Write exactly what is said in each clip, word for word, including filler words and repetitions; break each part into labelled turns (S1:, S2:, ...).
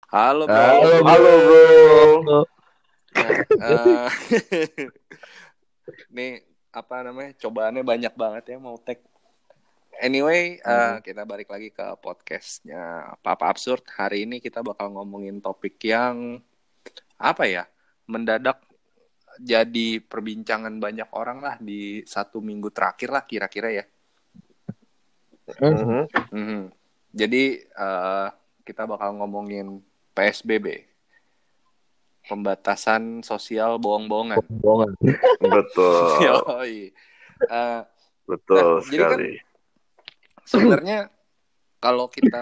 S1: Halo bro.
S2: Halo bro.
S3: Halo bro.
S1: Nah, uh, nih apa namanya? Cobaannya banyak banget ya mau tag. Anyway, uh, mm-hmm. kita balik lagi ke podcastnya Papa Absurd. Hari ini kita bakal ngomongin topik yang apa ya? Mendadak jadi perbincangan banyak orang lah di satu minggu terakhir lah kira-kira ya. Mm-hmm. Mm-hmm. Jadi uh, kita bakal ngomongin P S B B, pembatasan sosial bohong-bohongan.
S2: Bohongan.
S3: Betul.
S1: Yoi. Uh,
S3: Betul
S1: nah,
S3: sekali.
S1: Jadi kan sebenarnya kalau kita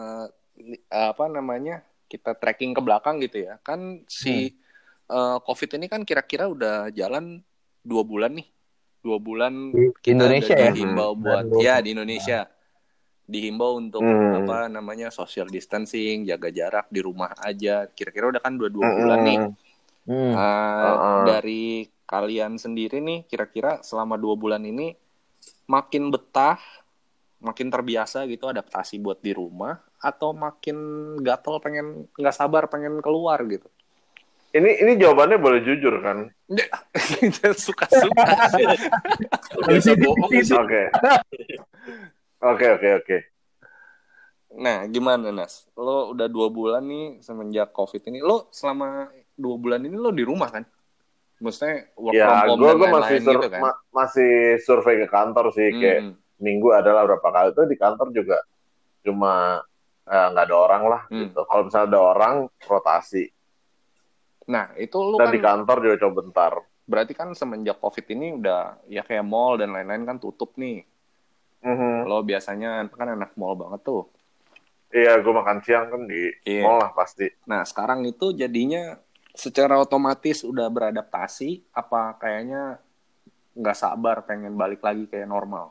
S1: apa namanya kita tracking ke belakang gitu ya, kan si hmm. uh, COVID ini kan kira-kira udah jalan dua bulan nih, dua bulan
S2: di
S1: kita
S2: Indonesia
S1: udah
S2: ya?
S1: dihimbau
S2: hmm.
S1: buat Baru. ya di Indonesia. Dihimbau untuk hmm. apa namanya social distancing, jaga jarak, di rumah aja. Kira-kira udah kan dua dua hmm. bulan nih. Hmm. Uh, uh-uh. Dari kalian sendiri nih, kira-kira selama dua bulan ini makin betah, makin terbiasa gitu adaptasi buat di rumah, atau makin gatel pengen nggak sabar pengen keluar gitu?
S3: Ini ini jawabannya boleh jujur kan?
S1: Suka-suka sih.
S3: Biasa bohong sih. Oke. Oke, oke, oke.
S1: Nah, gimana Nas? Lo udah dua bulan nih semenjak COVID ini. Lo selama dua bulan ini lo di rumah kan? Maksudnya work
S3: ya,
S1: from home
S3: gua,
S1: dan
S3: gua
S1: lain-lain
S3: masih sur-
S1: gitu kan?
S3: Ma- masih survei ke kantor sih. Hmm. Kayak minggu adalah berapa kali. Itu di kantor juga cuma nggak eh, ada orang lah hmm. gitu. Kalau misalnya ada orang, rotasi.
S1: Nah, itu lo
S3: Dan
S1: kan...
S3: di kantor juga coba bentar.
S1: Berarti kan semenjak COVID ini udah ya kayak mall dan lain-lain kan tutup nih. Mm-hmm. Lo biasanya kan anak mall banget tuh.
S3: Iya, gue makan siang kan di yeah. mall lah pasti.
S1: Nah, sekarang itu jadinya secara otomatis udah beradaptasi, apa kayaknya nggak sabar pengen balik lagi kayak normal?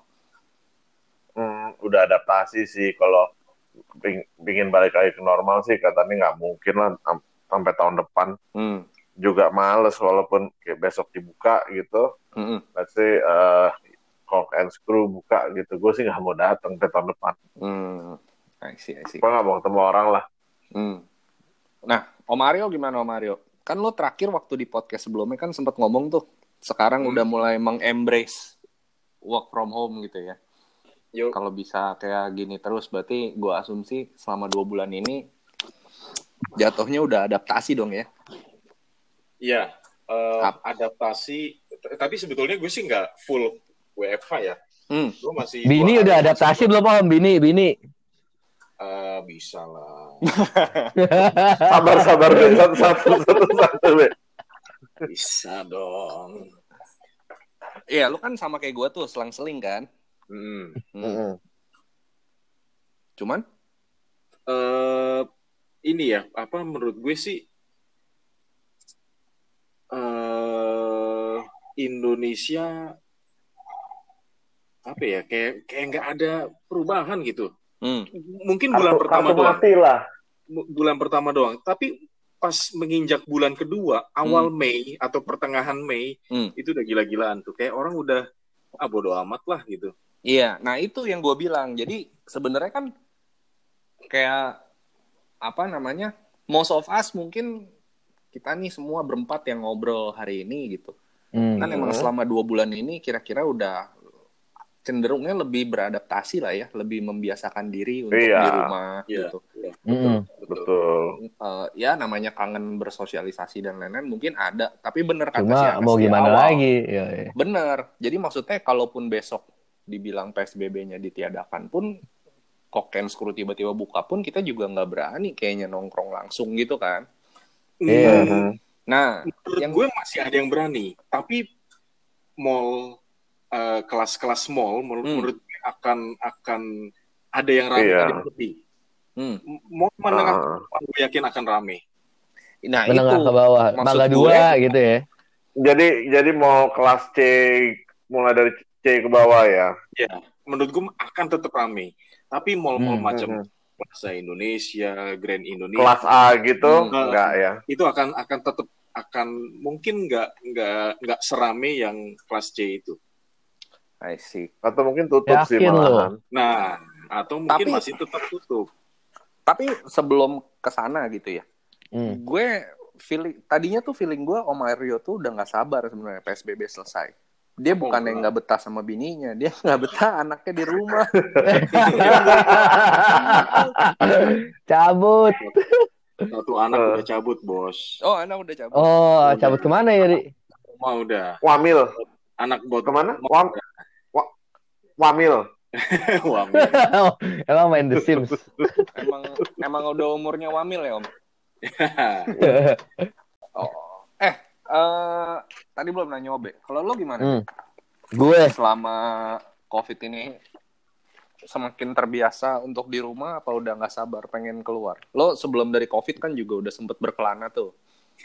S3: Hmm, udah adaptasi sih. Kalau pingin balik lagi ke normal sih katanya nggak mungkin lah sampai tahun depan. Hmm. Juga males walaupun kayak besok dibuka gitu. Hmm. Let's say uh, Cock and Screw buka gitu. Gue sih nggak mau datang ke tahun depan. Hmm.
S1: I see, I see.
S3: Gue nggak mau ketemu orang lah.
S1: Hmm. Nah, Om Mario gimana Om Mario? Kan lo terakhir waktu di podcast sebelumnya kan sempat ngomong tuh, sekarang hmm. udah mulai meng-embrace work from home gitu ya. Kalau bisa kayak gini terus, berarti gue asumsi selama dua bulan ini jatuhnya udah adaptasi dong ya?
S4: Iya, uh, adaptasi. Tapi sebetulnya gue sih nggak full W F H ya. Hmm. Gue masih.
S2: Bini udah adaptasi belum Om? Bini, Bini.
S4: Uh, bisa lah.
S3: sabar sabar satu satu satu satu.
S4: Bisa dong.
S1: Iya, lu kan sama kayak gue tuh selang-seling kan.
S4: Hmm.
S1: Hmm. Cuman?
S4: Uh, ini ya, apa menurut gue sih uh, Indonesia apa ya kayak kayak nggak ada perubahan gitu. Hmm. Mungkin bulan
S3: kartu,
S4: pertama
S3: kartu
S4: doang.
S3: Mati lah.
S4: Bulan pertama doang. Tapi pas menginjak bulan kedua, awal hmm. Mei atau pertengahan Mei, hmm. itu udah gila-gilaan tuh. Kayak orang udah ah bodo amat lah gitu.
S1: Iya, nah itu yang gue bilang. Jadi sebenarnya kan kayak apa namanya? Most of us mungkin kita nih semua berempat yang ngobrol hari ini gitu. Hmm. Kan emang selama dua bulan ini kira-kira udah cenderungnya lebih beradaptasi lah ya, lebih membiasakan diri untuk iya. di rumah iya. gitu.
S4: Iya.
S3: Betul. Mm. Betul.
S1: Uh, ya namanya kangen bersosialisasi dan lain-lain mungkin ada, tapi bener kata
S2: Cuma
S1: si Anas
S2: mau gimana
S1: awal.
S2: lagi? Ya, ya.
S1: Bener. Jadi maksudnya kalaupun besok dibilang P S B B-nya ditiadakan pun, Cock and Screw tiba-tiba buka pun kita juga nggak berani kayaknya nongkrong langsung gitu kan?
S2: Iya.
S4: Mm. Nah, menurut yang gue masih ada yang berani, tapi mall Uh, kelas-kelas mall menurut, hmm. menurut akan akan ada yang ramai, iya. ada yang lebih. Hmm. Mall menengah uh. gue yakin akan ramai.
S1: Nah,
S2: menengah
S1: itu
S2: ke bawah, mangga dua gitu ya.
S3: Jadi jadi mau kelas C mulai dari C ke bawah ya.
S4: Ya, menurut gue akan tetap ramai. Tapi mall-mall hmm. macam
S3: hmm.
S4: Plaza Indonesia, Grand Indonesia,
S3: kelas A gitu hmm. enggak ya.
S4: Itu akan akan tetap akan mungkin enggak enggak enggak serame yang kelas C itu.
S1: I see.
S3: Atau mungkin tutup
S2: Yakin
S3: sih malahan.
S4: Nah, atau mungkin
S1: tapi,
S4: masih tetap tutup.
S1: Tapi sebelum kesana gitu ya,
S2: hmm.
S1: gue feeling tadinya tuh feeling gue Om Aryo tuh udah nggak sabar sebenarnya P S B B selesai. Dia bukan oh, yang nggak betah sama bininya, dia nggak betah anaknya di rumah.
S2: Cabut.
S4: Satu anak uh. udah cabut, bos.
S1: Oh, anak udah cabut.
S2: Oh, udah. Cabut kemana ya, Ri?
S4: Rumah udah.
S3: Wamil.
S4: Anak bot.
S3: Kemana? Wam. Wa... Wamil.
S4: Wamil.
S2: Emang main The Sims.
S1: emang emang udah umurnya Wamil ya, Om? oh. Eh, uh, tadi belum nanya Obe. Kalau lo gimana?
S2: Hmm. Gue
S1: selama COVID ini semakin terbiasa untuk di rumah apa udah nggak sabar pengen keluar? Lo sebelum dari COVID kan juga udah sempet berkelana tuh.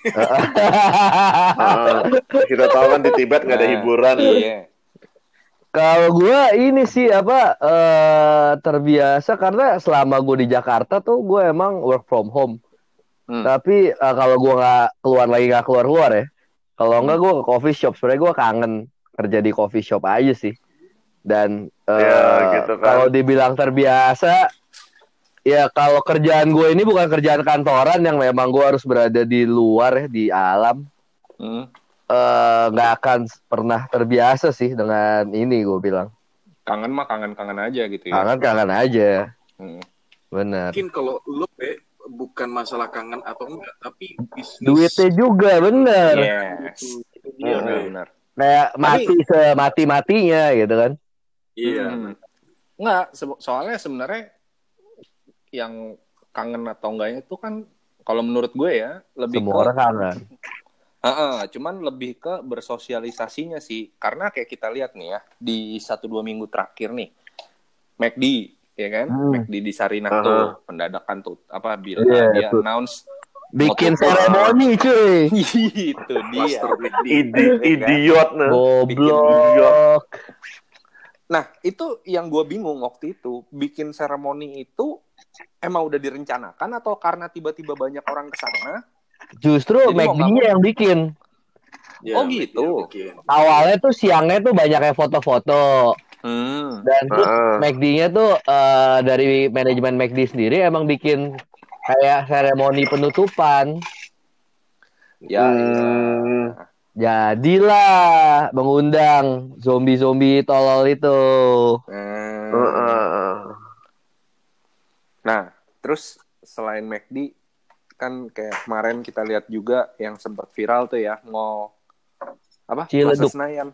S3: uh, kita tahu kan di Tibet nggak ada hiburan.
S1: Iya.
S2: Kalau gue ini sih apa uh, terbiasa karena selama gue di Jakarta tuh gue emang work from home. Hmm. Tapi uh, kalau gue nggak keluar lagi nggak keluar keluar ya. Kalau enggak gue ke coffee shop. Sebenarnya gue kangen kerja di coffee shop aja sih. Dan uh, ya, gitu kan. Kalau dibilang terbiasa, ya kalau kerjaan gue ini bukan kerjaan kantoran yang memang gue harus berada di luar ya, di alam. Hmm. Nggak uh, akan pernah terbiasa sih dengan ini gue bilang.
S1: Kangen mah kangen-kangen aja gitu ya.
S2: Kangen-kangen aja. Hmm. Benar.
S4: Mungkin kalau lo be, bukan masalah kangen atau enggak, tapi bisnis.
S2: Duitnya juga benar.
S1: Yes. Itu dia
S2: hmm. benar. Kayak mati tapi, semati-matinya gitu kan.
S4: Iya.
S1: Hmm. Enggak, se- soalnya sebenarnya yang kangen atau enggaknya itu kan kalau menurut gue ya lebih
S2: semua
S1: ke
S2: orang kangen.
S1: Uh-uh, cuman lebih ke bersosialisasinya sih. Karena kayak kita lihat nih ya, di satu dua minggu terakhir nih, McD, ya kan? Hmm. McD di Sarinah uh-huh. tuh, pendadakan tuh, apa, bila yeah, dia tuh. announce.
S2: Bikin seremoni cuy.
S1: Itu dia.
S3: Idi- idiot.
S2: Goblok.
S1: Nah, itu yang gue bingung waktu itu. Bikin seremoni itu emang udah direncanakan atau karena tiba-tiba banyak orang kesana?
S2: Justru McD-nya yang bikin.
S1: Ya, oh gitu.
S2: Awalnya tuh siangnya tuh banyaknya foto-foto. Hmm. Dan terus uh. McD-nya tuh uh, dari manajemen McD sendiri emang bikin kayak seremoni penutupan.
S1: Ya. Hmm.
S2: Ya. Jadilah mengundang zombie-zombie tolol itu.
S1: Hmm. Uh. Nah, terus selain McD kan kayak kemarin kita lihat juga yang sempat viral tuh ya, mau apa? Plaza Senayan.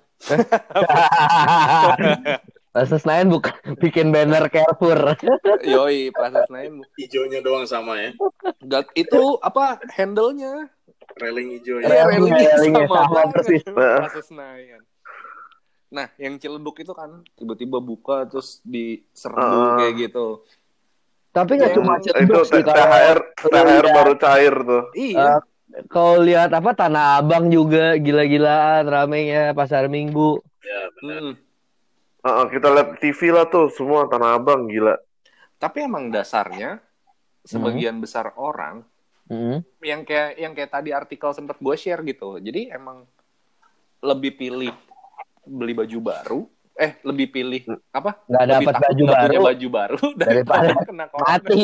S2: Plaza Senayan bukan bikin banner Carrefour.
S1: Yoi, Plaza Senayan
S4: hijaunya doang sama ya.
S1: Gak, itu apa handle-nya?
S4: Railing hijau
S1: ya. Eh, railingnya
S2: sama,
S1: sama
S2: persis.
S1: Plaza Senayan. Nah, yang Ciledug itu kan tiba-tiba buka terus diserbu uh. kayak gitu.
S2: Tapi nggak cuma
S3: Ciledug sih, T H R T H R baru cair tuh.
S1: Iya.
S2: Uh, kalau lihat apa Tanah Abang juga gila-gilaan ramenya pasar Minggu.
S4: Ya benar.
S3: Hmm. Uh, kita lihat T V lah tuh semua Tanah Abang gila.
S1: Tapi emang dasarnya sebagian hmm. besar orang hmm. yang kayak yang kayak tadi artikel sempat gue share gitu. Jadi emang lebih pilih beli baju baru. Eh, lebih pilih apa?
S2: Nggak dapat baju
S1: gak
S2: baru.
S1: Punya baju baru
S2: daripada kena
S1: mati.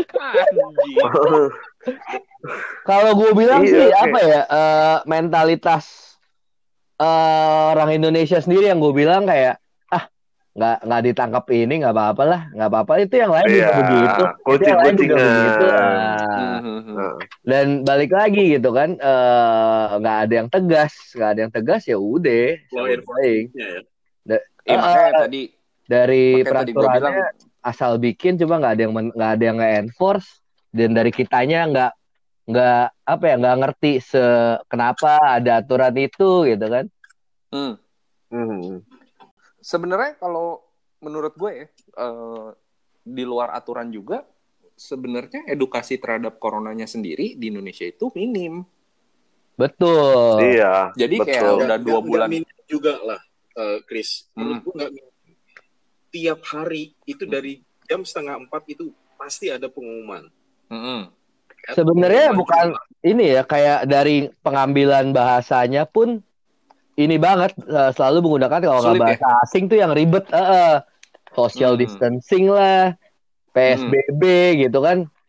S2: Kalau gue bilang iya, sih okay. apa ya? Uh, mentalitas uh, orang Indonesia sendiri yang gue bilang kayak ah nggak nggak ditangkap ini nggak apa-apa lah, nggak apa-apa itu yang lain juga
S3: yeah,
S2: begitu. Itu yang lain juga begitu. Nah.
S1: Mm-hmm.
S2: Dan balik lagi gitu kan, nggak uh, ada yang tegas, nggak ada yang tegas ya udah. Baik.
S1: Da- eh, uh, makanya tadi
S2: dari peraturannya asal bikin cuma nggak ada yang nggak ada yang nge-enforce dan dari kitanya nggak nggak apa ya nggak ngerti se kenapa ada aturan itu gitu kan.
S1: Hmm. Hmm. Sebenarnya kalau menurut gue ya uh, di luar aturan juga sebenarnya edukasi terhadap coronanya sendiri di Indonesia itu minim.
S2: Betul.
S3: Iya.
S1: Jadi
S3: betul.
S1: kayak udah dua
S4: gak,
S1: bulan
S4: gak juga lah. Uh, Chris, menurut gue nggak tiap hari itu dari jam setengah empat itu pasti ada pengumuman.
S1: Mm-hmm.
S2: Sebenarnya bukan juga. Ini ya kayak dari pengambilan bahasanya pun ini banget uh, selalu menggunakan kalau nggak bahasa ya? Asing tuh yang ribet, uh, uh, social mm. distancing lah, P S B B mm. gitu kan.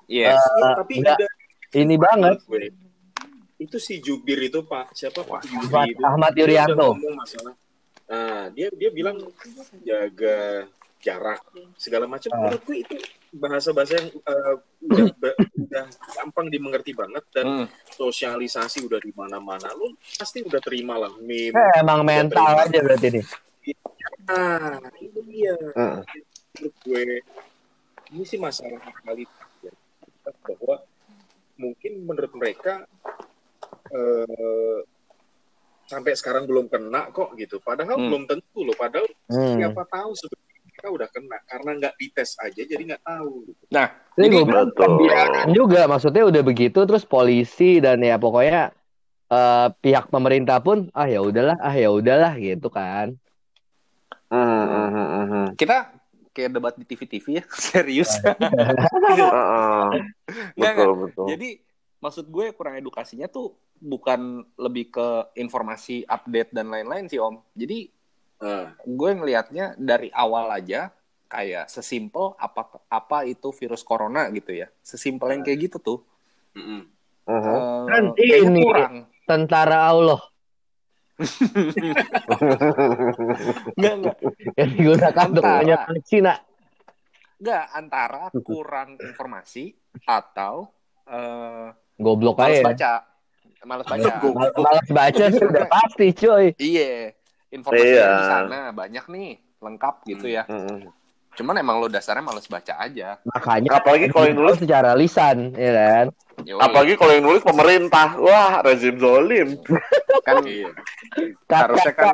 S1: Yes.
S2: uh,
S4: ya, tapi
S2: enggak,
S4: udah
S2: ini banget.
S4: Gue. Itu si jubir itu Pak, siapa Pak Yuri
S2: Ahmad,
S4: itu.
S2: Ahmad
S4: Dia
S2: Yuryanto.
S4: udah ngomong masalah. Nah, dia dia bilang jaga jarak segala macam. Uh. Menurut gue itu bahasa-bahasa yang uh, udah udah gampang dimengerti banget dan hmm. sosialisasi udah di mana-mana. Lu pasti udah terima lah meme.
S2: Eh, emang mental aja berarti nih.
S4: Nah, itu dia. Uh. Menurut gue ini sih masalah kali ya. Bahwa mungkin menurut mereka uh, sampai sekarang belum kena kok gitu. Padahal hmm. belum tentu loh. Padahal hmm. siapa tahu sebenarnya mereka udah kena karena nggak dites aja jadi nggak tahu. Gitu.
S1: Nah,
S2: jadi pembiaran juga maksudnya udah begitu terus polisi dan ya pokoknya uh, pihak pemerintah pun ah ya udahlah ah ya udahlah gitu kan.
S1: Hmm. Hmm. Kita kayak debat di T V T V ya serius. Betul betul. Jadi maksud gue kurang edukasinya tuh bukan lebih ke informasi update dan lain-lain sih Om. Jadi uh. gue ngelihatnya dari awal aja kayak sesimpel apa apa itu virus corona gitu ya. Sesimpel yang kayak gitu tuh. Uh-huh. Uh,
S2: kan ini kurang. Tentara Allah.
S1: Enggak enggak.
S2: Yang digunakan untuk menyerang Cina.
S1: Enggak, antara kurang informasi atau uh,
S2: goblok
S1: aja. Malas
S2: baca.
S1: Malas baca.
S2: Malas baca sih udah pasti, coy.
S1: Iya. Informasinya iya. Di sana banyak nih, lengkap gitu ya. Hmm. Cuman emang lo dasarnya malas baca aja.
S2: Makanya
S3: apalagi kalau yang nulis
S2: secara lisan, ya kan?
S3: Yoi. Apalagi kalau yang nulis pemerintah. Wah, rezim zolim.
S1: Kan iya. Harusnya kan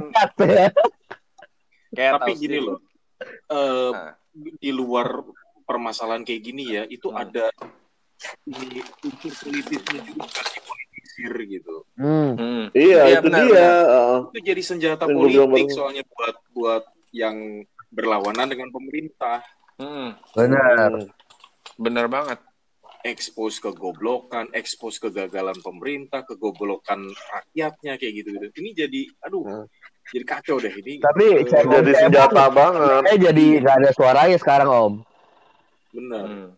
S4: kayak tapi gini loh. Uh, nah. Di luar permasalahan kayak gini ya, itu hmm. ada ini unsur politisnya juga dipolitisir gitu.
S3: Hmm. Hmm. Iya, iya, itu benar, dia.
S4: Uh, itu jadi senjata politik soalnya buat buat yang berlawanan dengan pemerintah.
S1: Hmm.
S2: Benar.
S1: Hmm. Benar banget.
S4: Expose kegoblokan, expose kegagalan pemerintah, kegoblokan rakyatnya kayak gitu-gitu. Ini jadi aduh. Hmm. Jadi kacau deh ini.
S2: Tapi
S3: uh, jadi senjata banget.
S2: Eh jadi nggak ada suaranya sekarang Om.
S4: Benar. Hmm.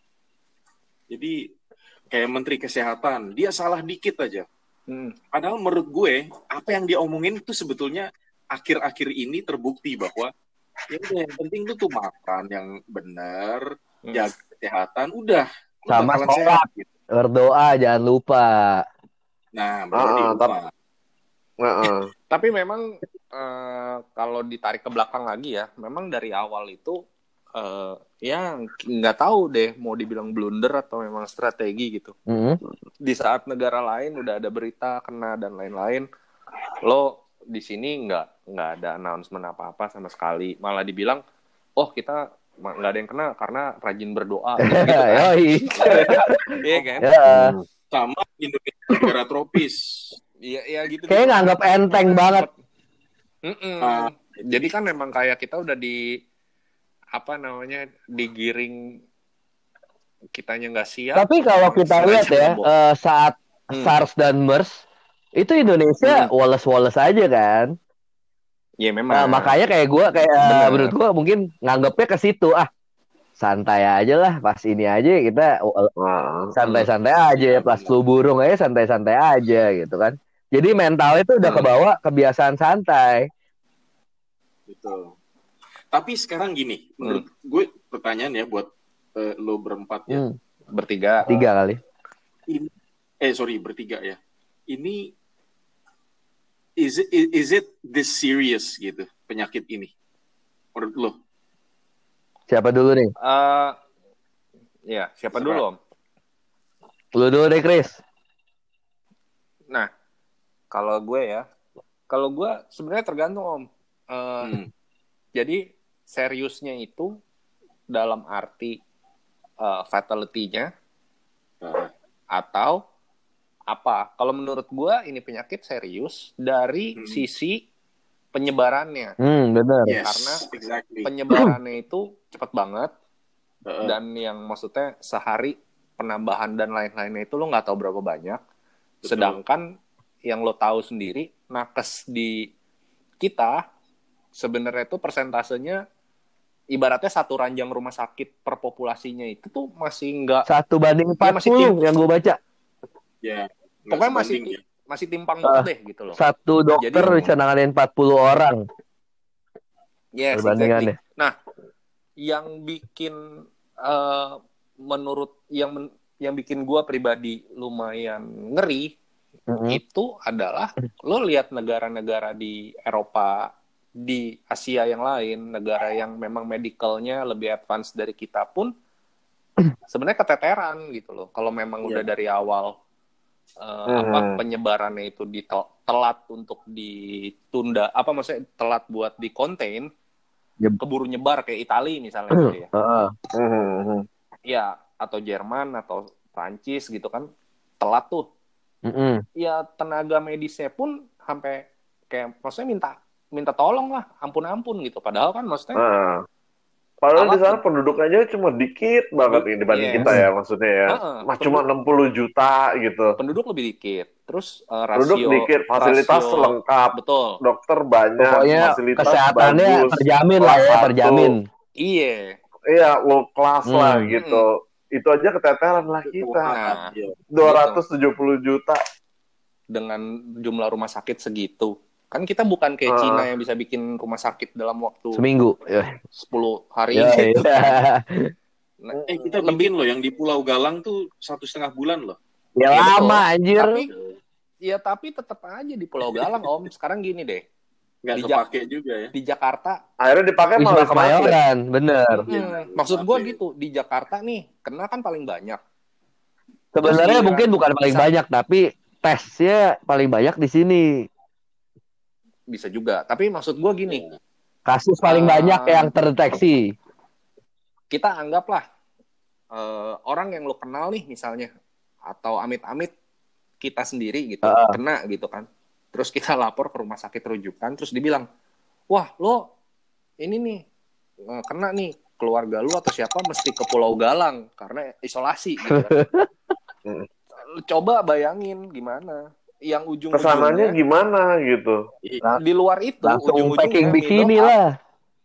S4: Jadi kayak Menteri Kesehatan, dia salah dikit aja. Hmm. Padahal menurut gue, apa yang dia omongin itu sebetulnya akhir-akhir ini terbukti bahwa ya udah yang penting lu tuh makan yang benar, hmm. jaga kesehatan, udah.
S2: Sama sholat, gitu. Berdoa jangan lupa.
S4: Nah, baru ah, lupa. Tapi,
S1: uh-uh. tapi memang uh, kalau ditarik ke belakang lagi ya, memang dari awal itu Uh, ya nggak tahu deh mau dibilang blunder atau memang strategi gitu. Mm-hmm. Di saat negara lain udah ada berita kena dan lain-lain, lo di sini nggak nggak ada announcement apa-apa sama sekali, malah dibilang oh kita nggak ada yang kena karena rajin berdoa gitu, gitu kan. Iya kan?
S2: Yeah.
S4: Sama Indonesia negara tropis.
S1: Iya iya gitu.
S2: Kayak nganggap enteng banget.
S1: Uh, Jadi kan memang kayak kita udah di apa namanya digiring kitanya nggak siap.
S2: Tapi kalau kita lihat ya uh, saat hmm. SARS dan MERS itu Indonesia hmm. woles-woles aja kan.
S1: Iya memang.
S2: Nah, makanya kayak gue kayak uh, menurut gue mungkin nganggapnya ke situ ah santai aja lah pas ini aja kita uh, santai-santai aja pas flu burung aja santai-santai aja gitu kan. Jadi mental itu udah kebawa kebiasaan santai.
S4: Gitu. Tapi sekarang gini, menurut hmm. gue pertanyaan ya buat uh, lo berempat ya.
S2: Hmm.
S1: Bertiga.
S2: Tiga kali.
S4: Ini, eh sorry, bertiga ya. Ini, is it, is it this serious gitu, penyakit ini? Menurut lo?
S2: Siapa dulu nih?
S1: Uh, ya, siapa, siapa dulu Om?
S2: Lu dulu deh Chris.
S1: Nah, kalau gue ya, kalau gue sebenarnya tergantung Om. Uh, hmm. Jadi, seriusnya itu dalam arti uh, fatality-nya uh. atau apa? Kalau menurut gue ini penyakit serius dari hmm. sisi penyebarannya.
S2: Hmm, benar.
S4: Yes,
S1: karena
S4: exactly.
S1: penyebarannya itu cepat banget uh. dan yang maksudnya sehari penambahan dan lain-lainnya itu lo nggak tahu berapa banyak. Betul. Sedangkan yang lo tahu sendiri nakes di kita sebenarnya itu persentasenya ibaratnya satu ranjang rumah sakit per populasinya itu tuh masih enggak
S2: satu banding empat puluh ya, yang gue baca.
S4: Ya.
S1: Pokoknya masih ya. masih timpang banget uh, deh gitu loh.
S2: Satu dokter Jadi, bisa nanganin empat puluh orang.
S1: Yes, exactly. Nah, yang bikin uh, menurut yang men, yang bikin gue pribadi lumayan ngeri mm-hmm. itu adalah lo lihat negara-negara di Eropa, di Asia yang lain, negara yang memang medicalnya lebih advance dari kita pun sebenarnya keteteran gitu loh. Kalau memang yeah. udah dari awal uh, hmm. apa penyebarannya itu ditelat untuk ditunda, apa maksudnya telat buat di contain, yep. keburu nyebar kayak Italia misalnya gitu ya. Uh-huh. Ya, atau Jerman atau Prancis gitu kan telat tuh. Uh-huh. Ya tenaga medisnya pun sampai kayak maksudnya minta minta tolong lah, ampun-ampun gitu. Padahal kan maksudnya
S3: uh. Padahal di sana penduduknya cuma dikit banget ini dibanding yes. kita ya, maksudnya ya. Uh-uh. Mah cuma enam puluh juta gitu.
S1: Penduduk lebih dikit. Terus uh, rasio
S3: penduduk dikit, fasilitas rasio, lengkap.
S1: Betul.
S3: Dokter banyak,
S2: pokoknya
S3: fasilitas
S2: kesehatannya
S3: bagus,
S2: terjamin lah ya, terjamin.
S1: Iya.
S3: Iya, world class hmm. lah gitu. Hmm. Itu aja keteteran lah kita. Nah, dua ratus tujuh puluh juta
S1: dengan jumlah rumah sakit segitu. Kan kita bukan kayak uh. Cina yang bisa bikin rumah sakit dalam waktu
S2: seminggu, ya.
S1: sepuluh hari. Ya, gitu.
S4: Ya. Nah, eh kita bikin loh yang di Pulau Galang tuh satu setengah bulan loh.
S2: Ya, ya lama betul. Anjir.
S1: Tapi, ya tapi tetap aja di Pulau Galang Om. Sekarang gini deh.
S4: Nggak dipakai juga ya.
S1: Di Jakarta.
S3: Akhirnya dipakai malah
S2: Kemayoran, bener.
S1: Hmm, maksud gue gitu, di Jakarta nih, kena kan paling banyak.
S2: Sebenarnya mungkin bukan paling bisa, banyak, tapi tesnya paling banyak di sini.
S1: Bisa juga, tapi maksud gue gini,
S2: kasus paling uh, banyak yang terdeteksi.
S1: Kita anggaplah uh, orang yang lo kenal nih misalnya, atau amit-amit kita sendiri gitu, uh. kena gitu kan. Terus kita lapor ke rumah sakit rujukan, terus dibilang, wah lo ini nih kena nih, keluarga lu atau siapa mesti ke Pulau Galang karena isolasi gitu kan. Coba bayangin gimana. Yang ujung-ujungnya
S3: kesananya gimana gitu.
S1: Di luar itu
S2: langsung packing bikini lah.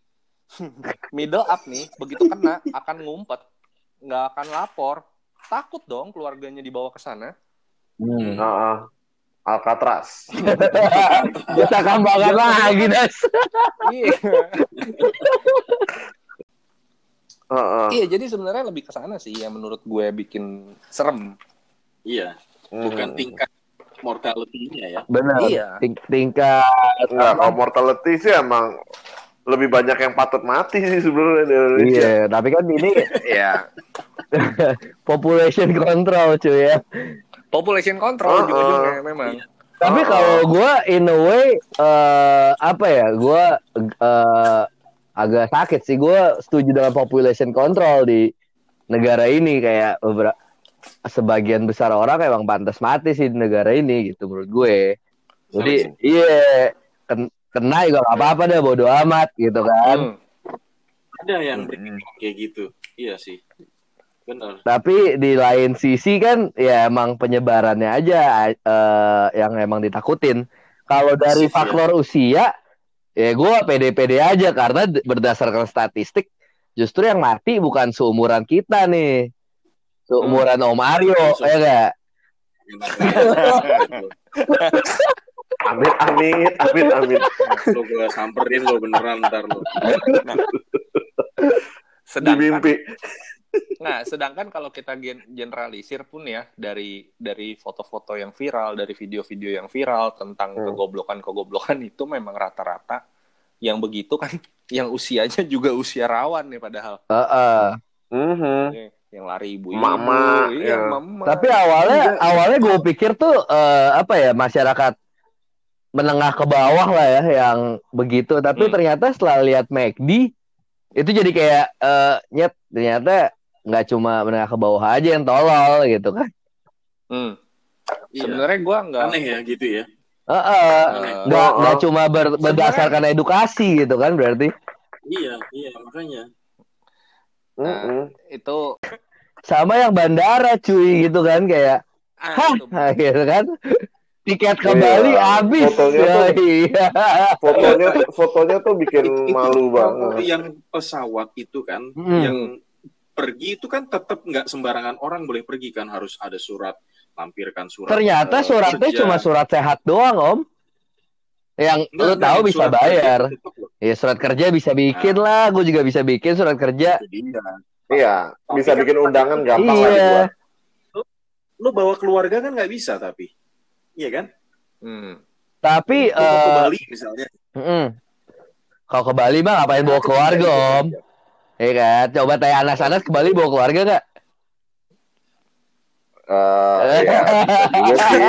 S1: Middle up nih, begitu kena akan ngumpet, nggak akan lapor. Takut dong keluarganya dibawa ke sana.
S3: Hmm. Uh-uh. Alcatraz.
S2: Bisa kambangan lagi, Nas.
S1: Iya. uh-uh. Iya, jadi sebenarnya lebih ke sana sih yang menurut gue bikin serem.
S4: Iya, bukan hmm. tingkat mortality-nya ya.
S2: Benar.
S1: Iya.
S2: Ting- tingkat
S3: nah, kalau mortality sih emang lebih banyak yang patut mati sih sebenarnya di Indonesia.
S2: Iya, tapi kan ini
S1: ya
S2: population control cuy ya.
S1: Population control uh-uh. ujung-ujungnya memang. Iya.
S2: Tapi uh-uh. kalau gue in a way uh, apa ya? Gue uh, agak sakit sih. Gue setuju dengan population control di negara ini, kayak beberapa sebagian besar orang emang pantas mati sih di negara ini gitu menurut gue. Jadi iya ken- kena juga gak apa-apa deh, bodo amat gitu kan. Hmm.
S4: Ada yang berpikir kayak gitu. Iya sih. Benar.
S2: Tapi di lain sisi kan ya emang penyebarannya aja uh, yang emang ditakutin. Kalau dari Masif, faktor ya. usia ya gue pede-pede aja karena berdasarkan statistik justru yang mati bukan seumuran kita nih. Seumuran hmm. Om Aryo, ya gak?
S3: Amit, amit, amit, amit.
S4: Lo gue samperin lo beneran ntar lo.
S1: Nah, sedangkan, nah, sedangkan kalau kita gen- generalisir pun ya dari dari foto-foto yang viral, dari video-video yang viral tentang hmm. kegoblokan-kegoblokan itu memang rata-rata yang begitu kan, yang usianya juga usia rawan nih padahal.
S2: Uh-uh.
S3: Mm-hmm.
S1: Okay. Yang lari ibu
S3: mama,
S1: iya,
S3: ya.
S1: mama.
S2: Tapi awalnya Enggak. awalnya gue pikir tuh uh, apa ya masyarakat menengah ke bawah lah ya yang begitu. Tapi hmm. ternyata setelah lihat McD itu jadi kayak uh, nyet ternyata nggak cuma menengah ke bawah aja yang tolol gitu kan.
S1: Hmm. Iya. Sebenarnya gue nggak
S4: aneh ya gitu ya.
S2: Uh-uh. Nggak nggak uh, cuma ber- berdasarkan edukasi gitu kan berarti.
S4: Iya iya makanya.
S1: Nah, uh-uh. itu
S2: sama yang bandara cuy gitu kan kayak ah, hah gitu kan tiket ke iya. Bali habis.
S3: Fotonya
S2: ya,
S3: tuh,
S2: iya.
S3: fotonya, fotonya tuh bikin itu, malu banget.
S4: Yang pesawat itu kan, hmm. yang pergi itu kan tetap nggak sembarangan orang boleh pergi kan, harus ada surat, lampirkan surat.
S2: Ternyata uh, suratnya kerja. Cuma surat sehat doang, Om. Yang enggak, lu enggak, tahu bisa bayar. Ya surat kerja bisa bikin nah. lah, gue juga bisa bikin surat kerja.
S3: Iya, bisa bikin undangan gampang iya. lah.
S4: Lu, lu bawa keluarga kan nggak bisa tapi, iya kan?
S2: Hmm. Tapi
S4: lu uh, ke Bali misalnya.
S2: Mm-mm. Kalau ke Bali mah ngapain bawa keluarga Om? Iya kan? Coba tanya anak-anak ke Bali bawa keluarga nggak?
S3: Uh, ya, juga sih.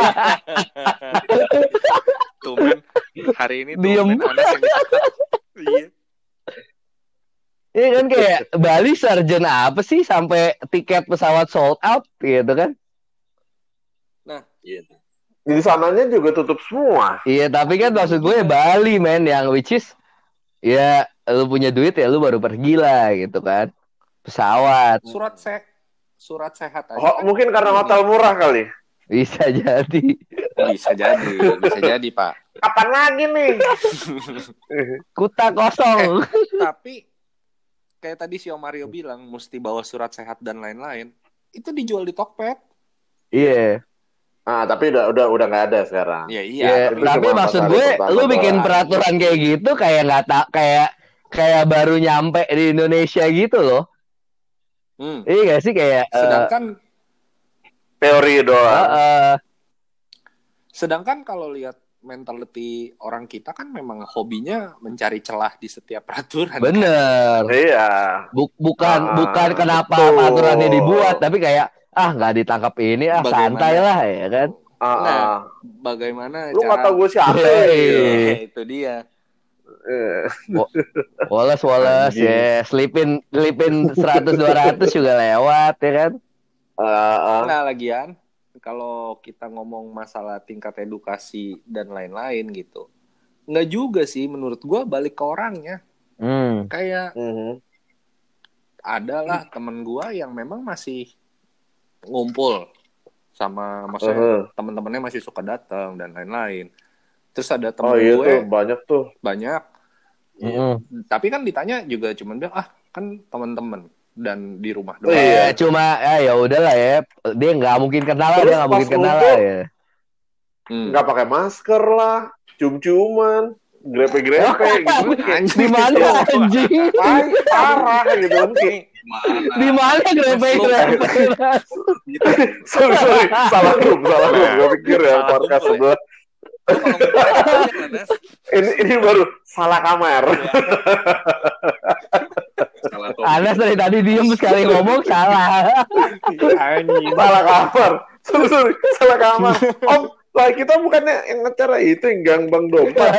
S1: Tumen hari ini tumen Anas yang disekat. Iya.
S2: Iya kan kayak Bali sarjan apa sih sampai tiket pesawat sold out gitu kan?
S1: Nah,
S3: iya. Di sananya juga tutup semua.
S2: Iya, tapi kan maksud gue Bali men yang which is ya lu punya duit ya lu baru pergi lah gitu kan. Pesawat.
S1: Surat se surat sehat aja.
S3: Oh, kan? Mungkin karena hotel murah kali.
S2: Bisa jadi.
S1: Bisa jadi, bisa jadi, Pak.
S3: Kapan lagi nih?
S2: Kuta kosong.
S1: Eh, tapi kayak tadi si Om Mario bilang mesti bawa surat sehat dan lain-lain. Itu dijual di Tokped.
S2: Iya. Yeah.
S3: Ah, tapi udah udah udah nggak ada sekarang.
S1: Ya, iya.
S2: Yeah, tapi, tapi maksud gue, lu bikin peraturan kayak gitu kayak nggak tak kayak kayak baru nyampe di Indonesia gitu loh. Hmm. Iya gak sih kayak.
S1: Sedangkan uh,
S3: teori doang.
S2: Uh, uh,
S1: sedangkan kalau lihat mentality orang kita kan memang hobinya mencari celah di setiap peraturan.
S2: Bener.
S3: Kan? Iya.
S2: Buk, bukan uh, bukan kenapa betul. Peraturannya dibuat, tapi kayak ah nggak ditangkap ini ah bagaimana, santai lah ya kan.
S3: Uh,
S1: nah, bagaimana
S3: lu
S1: cara?
S3: Lu kata gue siapa?
S1: Ya, itu dia.
S2: Wallace Wallace ya, selipin selipin seratus dua ratus juga lewat ya kan.
S3: Uh, uh.
S1: Nah, lagian kalau kita ngomong masalah tingkat edukasi dan lain-lain gitu, nggak juga sih menurut gue balik ke orangnya.
S2: Hmm.
S1: Kayak
S3: uh-huh.
S1: adalah temen gue yang memang masih ngumpul sama, maksudnya uh-huh. teman-temannya masih suka datang dan lain-lain. Terus ada temen
S3: oh, iya
S1: gue
S3: tuh, banyak tuh,
S1: banyak.
S2: Uh-huh.
S1: Tapi kan ditanya juga cuma bilang ah kan teman-teman dan di rumah doang.
S2: Oh, iya. Cuma ya udahlah ya, dia nggak mungkin kenal lah, dia nggak mungkin kenal lah ya.
S3: Nggak hmm. pakai masker lah, cium-ciuman, grepe-grepe gitu.
S2: Di mana anjing?
S3: Parah gitu kan.
S2: Di mana grepe-grepe?
S3: sorry sorry, salah grup, salah grup. Gue pikir ya podcast sebelah. ini ini baru salah kamar.
S2: Anas dari tadi diem sekali ngomong salah.
S3: Salah kamar. Sorry, sorry, salah kamar. Om, lah kita bukannya yang acara itu yang gangbang dompet.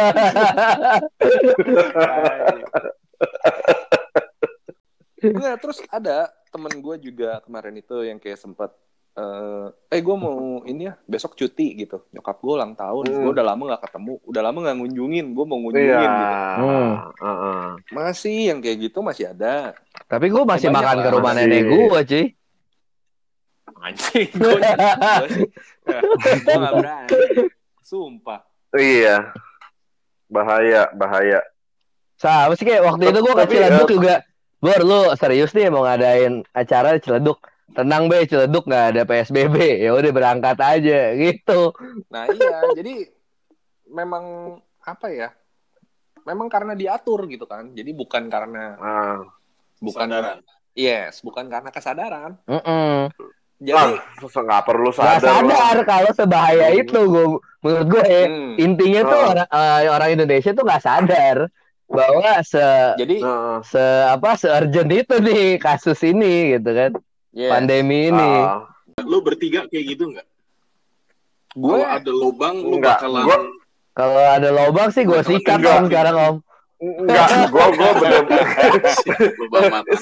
S1: Gue terus ada temen gue juga kemarin itu yang kayak sempet Uh, eh gue mau ini ya besok cuti gitu, nyokap gue ulang tahun, hmm. gue udah lama nggak ketemu, udah lama nggak ngunjungin, gue mau ngunjungin yeah. gitu.
S2: Hmm.
S1: Uh-uh. Masih yang kayak gitu masih ada.
S2: Tapi gue masih makan lah. Ke rumah masih. Nenek gue cuy.
S1: Anjing, gue sih, gue nggak berani, sumpah.
S3: Iya, bahaya, bahaya.
S2: Sama sih kayak waktu itu gue ke Ciledug uh, juga, Bor lu serius nih mau ngadain acara di Ciledug. Tenang be, Ciledug nggak ada P S B B, ya udah berangkat aja gitu.
S1: Nah iya, jadi memang apa ya? Memang karena diatur gitu kan. Jadi bukan karena
S3: ah,
S1: bukan
S4: kesadaran.
S1: Yes, bukan karena kesadaran.
S2: Mm-mm.
S1: Jadi
S3: nggak perlu sadar.
S2: Nggak sadar kalau sebahaya hmm. itu, gue menurut gue hmm. intinya tuh oh. orang uh, orang Indonesia tuh nggak sadar bahwa se
S1: jadi
S2: uh, se apa se urgent itu nih kasus ini gitu kan. Yes. Pandemi ini.
S3: Uh,
S4: lu bertiga kayak gitu nggak?
S1: Gue
S4: kalau ada lobang lu
S3: enggak,
S4: bakalan.
S3: Gua...
S2: Kalau ada lobang sih gue sikat om sekarang om.
S3: Enggak, gue gue bener-bener
S4: lubang mata.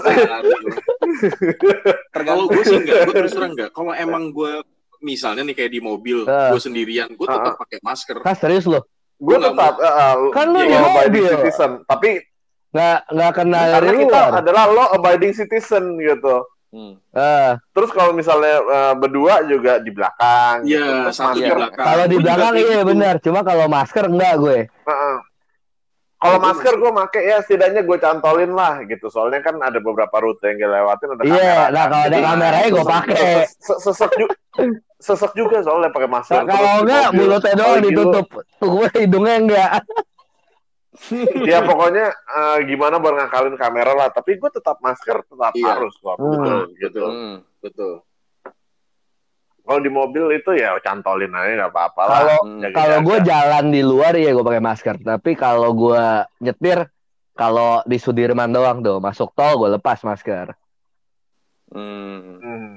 S4: Kalau gue sih enggak, gue terus terang enggak. Kalau emang gue misalnya nih kayak di mobil, uh, gue sendirian, gue tetap uh, pakai masker.
S2: Kan serius loh?
S3: Gue tetap. Uh,
S2: kan lu
S3: ya,
S2: di mobil.
S3: Citizen, tapi
S2: nggak nggak kenal
S3: dari luar. Kita adalah law abiding citizen gitu. Hmm. Uh. Terus kalau misalnya uh, berdua juga di belakang.
S4: Iya,
S3: gitu.
S4: satu di belakang.
S2: Kalau di belakang iya gitu. Benar. Cuma kalau masker enggak gue.
S3: Uh-uh. Kalau masker gue make ya setidaknya gue cantolin lah gitu. Soalnya kan ada beberapa rute yang gue lewatin ada kamera.
S2: Iya, nah kalau ada kameranya gue pakai.
S3: Sesek juga, sesek juga soalnya pakai masker.
S2: Kalau enggak mulutnya doang ditutup, tuh gue hidungnya enggak.
S3: Ya pokoknya uh, gimana buat ngakalin kamera lah, tapi gue tetap masker tetap iya. harus kok.
S4: Hmm. Betul,
S3: gitu.
S4: Hmm. Betul.
S3: Kalau di mobil itu ya cantolin aja nggak apa-apa lah.
S2: Kalau hmm. kalau gue jalan di luar ya gue pakai masker, tapi kalau gue nyetir kalau di Sudirman doang tuh masuk tol gue lepas masker.
S3: Hmm. hmm.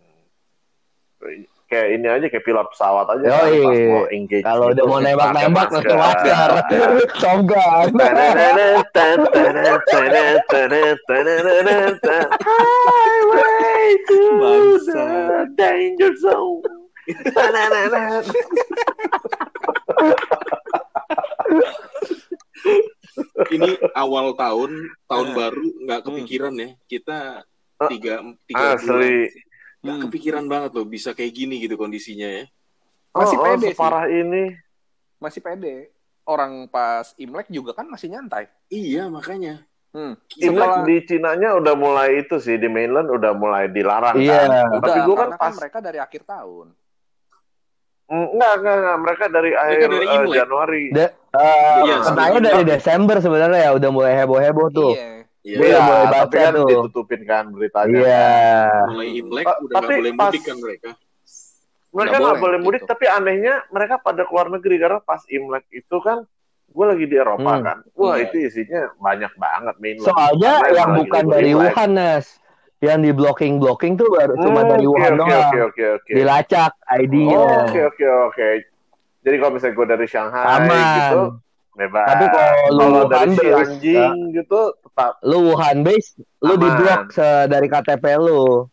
S3: Kayak ini aja kayak pilot pesawat aja
S2: kan, pas mau engage. Kalau udah mau nembak-nembak pakai masker. Top Gun.
S3: Highway to the danger zone.
S4: Ini awal tahun, tahun baru nggak kepikiran ya. Kita tiga tiga
S3: Asli.
S4: Gak hmm. kepikiran banget loh bisa kayak gini gitu kondisinya ya.
S1: Masih
S3: oh,
S1: pede
S3: oh, separah
S1: sih.
S3: ini.
S1: Masih pede. Orang pas Imlek juga kan masih nyantai.
S4: Iya makanya.
S1: Hmm.
S3: Imlek Setelah... di Cinanya udah mulai itu sih, di mainland udah mulai dilarang
S2: iya.
S3: kan.
S1: Udah,
S3: tapi gue kan pas
S1: kan mereka dari akhir tahun.
S3: Enggak, enggak, enggak. Mereka dari mereka akhir dari uh, Januari.
S2: De- uh, iya, katanya dari Desember sebenarnya ya udah mulai heboh-heboh tuh.
S3: Iya. Iya, ya, mulai tapi kan tuh. Ditutupin kan beritanya.
S2: Iya.
S4: Mulai Imlek uh, udah nggak boleh mudik kan mereka.
S3: Mereka nggak boleh mudik, gitu. Tapi anehnya mereka pada keluar negeri karena pas Imlek itu kan, gue lagi di Eropa hmm. kan, wah hmm. itu isinya banyak banget mainland.
S2: Soalnya yang bukan dari Imlek. Wuhan, Nas, yang di blocking blocking tuh baru hmm, cuma dari
S3: okay,
S2: Wuhan
S3: okay,
S2: doang.
S3: Okay, okay, okay.
S2: Dilacak I D-nya.
S3: Oke oh, oke okay, oke. Okay. Jadi kalau misalnya gue dari Shanghai
S2: aman.
S3: Gitu. Bebas.
S2: Tapi kalau lu
S3: Wuhan dari anjing ya, gitu tetap
S2: lu Wuhan base lu di blok dari K T P lu.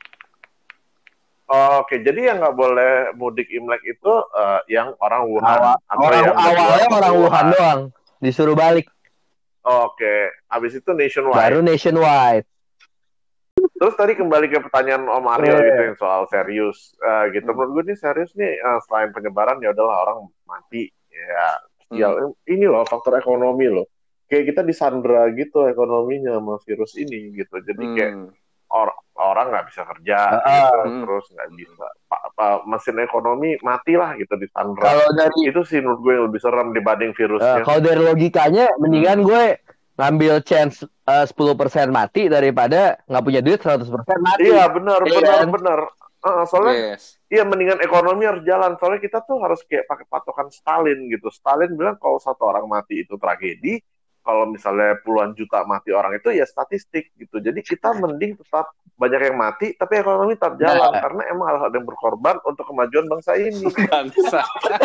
S3: Oh, Oke, okay. Jadi yang nggak boleh mudik Imlek itu uh, yang orang Wuhan
S2: Awal,
S3: atau
S2: orang,
S3: yang
S2: awalnya orang Wuhan. Wuhan doang disuruh balik.
S3: Oh, Oke, okay. Habis itu nationwide.
S2: Baru nationwide.
S3: Terus tadi kembali ke pertanyaan Om Aryo yeah. gitu yang soal serius uh, gitu. Menurut gue nih serius nih uh, selain penyebaran ya udahlah orang mati ya. Ya, hmm. ini loh faktor ekonomi loh. Kayak kita disandra gitu ekonominya sama virus ini gitu. Jadi hmm. kayak or- orang nggak bisa kerja, uh, gitu. hmm. terus nggak bisa. Pa- pa- mesin ekonomi matilah gitu disandra.
S2: Kalau dari
S3: itu sih menurut gue yang lebih serem dibanding virusnya.
S2: Uh, kalau dari logikanya, mendingan hmm. gue ngambil chance uh, sepuluh persen mati daripada nggak punya duit seratus persen mati.
S3: Iya benar, yeah. benar, benar. Uh, soalnya yes. Iya mendingan ekonomi harus jalan. Soalnya kita tuh harus kayak pakai patokan Stalin gitu. Stalin bilang kalau satu orang mati itu tragedi, kalau misalnya puluhan juta mati orang itu ya statistik gitu. Jadi kita mending tetap banyak yang mati, tapi ekonomi tetap jalan nah. Karena emang ada yang berkorban untuk kemajuan bangsa ini.
S1: Bangsa.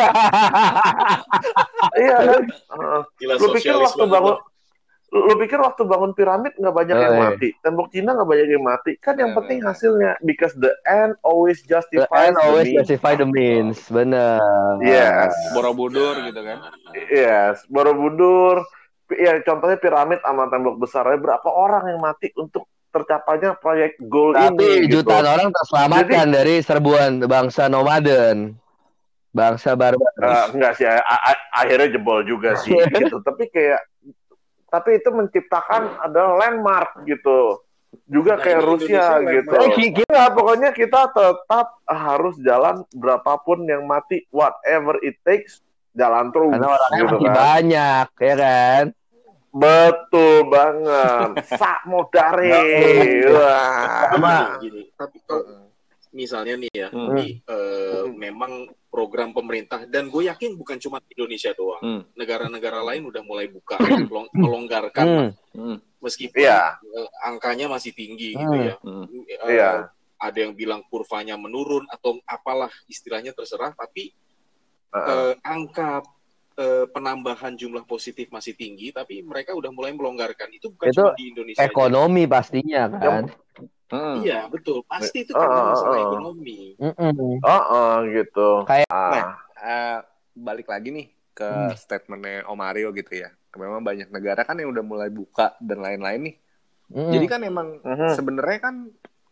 S3: Iya kan. Uh, lu pikir waktu bangun Lu pikir waktu bangun piramid nggak banyak oh, yang mati, tembok Cina nggak banyak yang mati, kan yang penting hasilnya, because the end always justifies
S2: the, end always the justify the means, benar.
S3: Yes.
S1: Borobudur gitu kan?
S3: Yes, Borobudur. Ya contohnya piramid sama tembok besarnya berapa orang yang mati untuk tercapainya proyek goal
S2: Tapi
S3: ini. Tapi
S2: jutaan
S3: gitu.
S2: orang terselamatkan Jadi, dari serbuan bangsa nomaden, bangsa barbar.
S3: Uh, enggak sih, a- a- akhirnya jebol juga sih, gitu. Tapi kayak Tapi itu menciptakan ada landmark gitu. Juga nah, kayak Rusia gitu. Nah, pokoknya kita tetap harus jalan berapapun yang mati, whatever it takes, jalan terus.
S2: Karena orangnya
S3: gitu
S2: masih
S3: kan.
S2: banyak, ya kan?
S3: Betul banget. Sak modare. Wah.
S4: Sama gini. Tapi kalau misalnya nih ya, hmm. ini uh, hmm. memang program pemerintah dan gue yakin bukan cuma Indonesia doang, hmm. negara-negara lain udah mulai buka, melong- melonggarkan, hmm. meskipun yeah. uh, angkanya masih tinggi hmm. gitu ya. Hmm. Uh, yeah. Ada yang bilang kurvanya menurun atau apalah istilahnya terserah, tapi uh-uh. uh, angka uh, penambahan jumlah positif masih tinggi, tapi mereka udah mulai melonggarkan. Itu bukan
S2: itu
S4: cuma di Indonesia.
S2: Ekonomi aja. Pastinya kan.
S4: Hmm. Iya betul, pasti itu karena uh, masalah uh, ekonomi.
S3: Oh uh, uh, gitu.
S2: Kayak
S1: nah, uh, balik lagi nih ke hmm. statementnya Om Aryo gitu ya. Memang banyak negara kan yang udah mulai buka dan lain-lain nih. Hmm. Jadi kan emang uh-huh. sebenarnya kan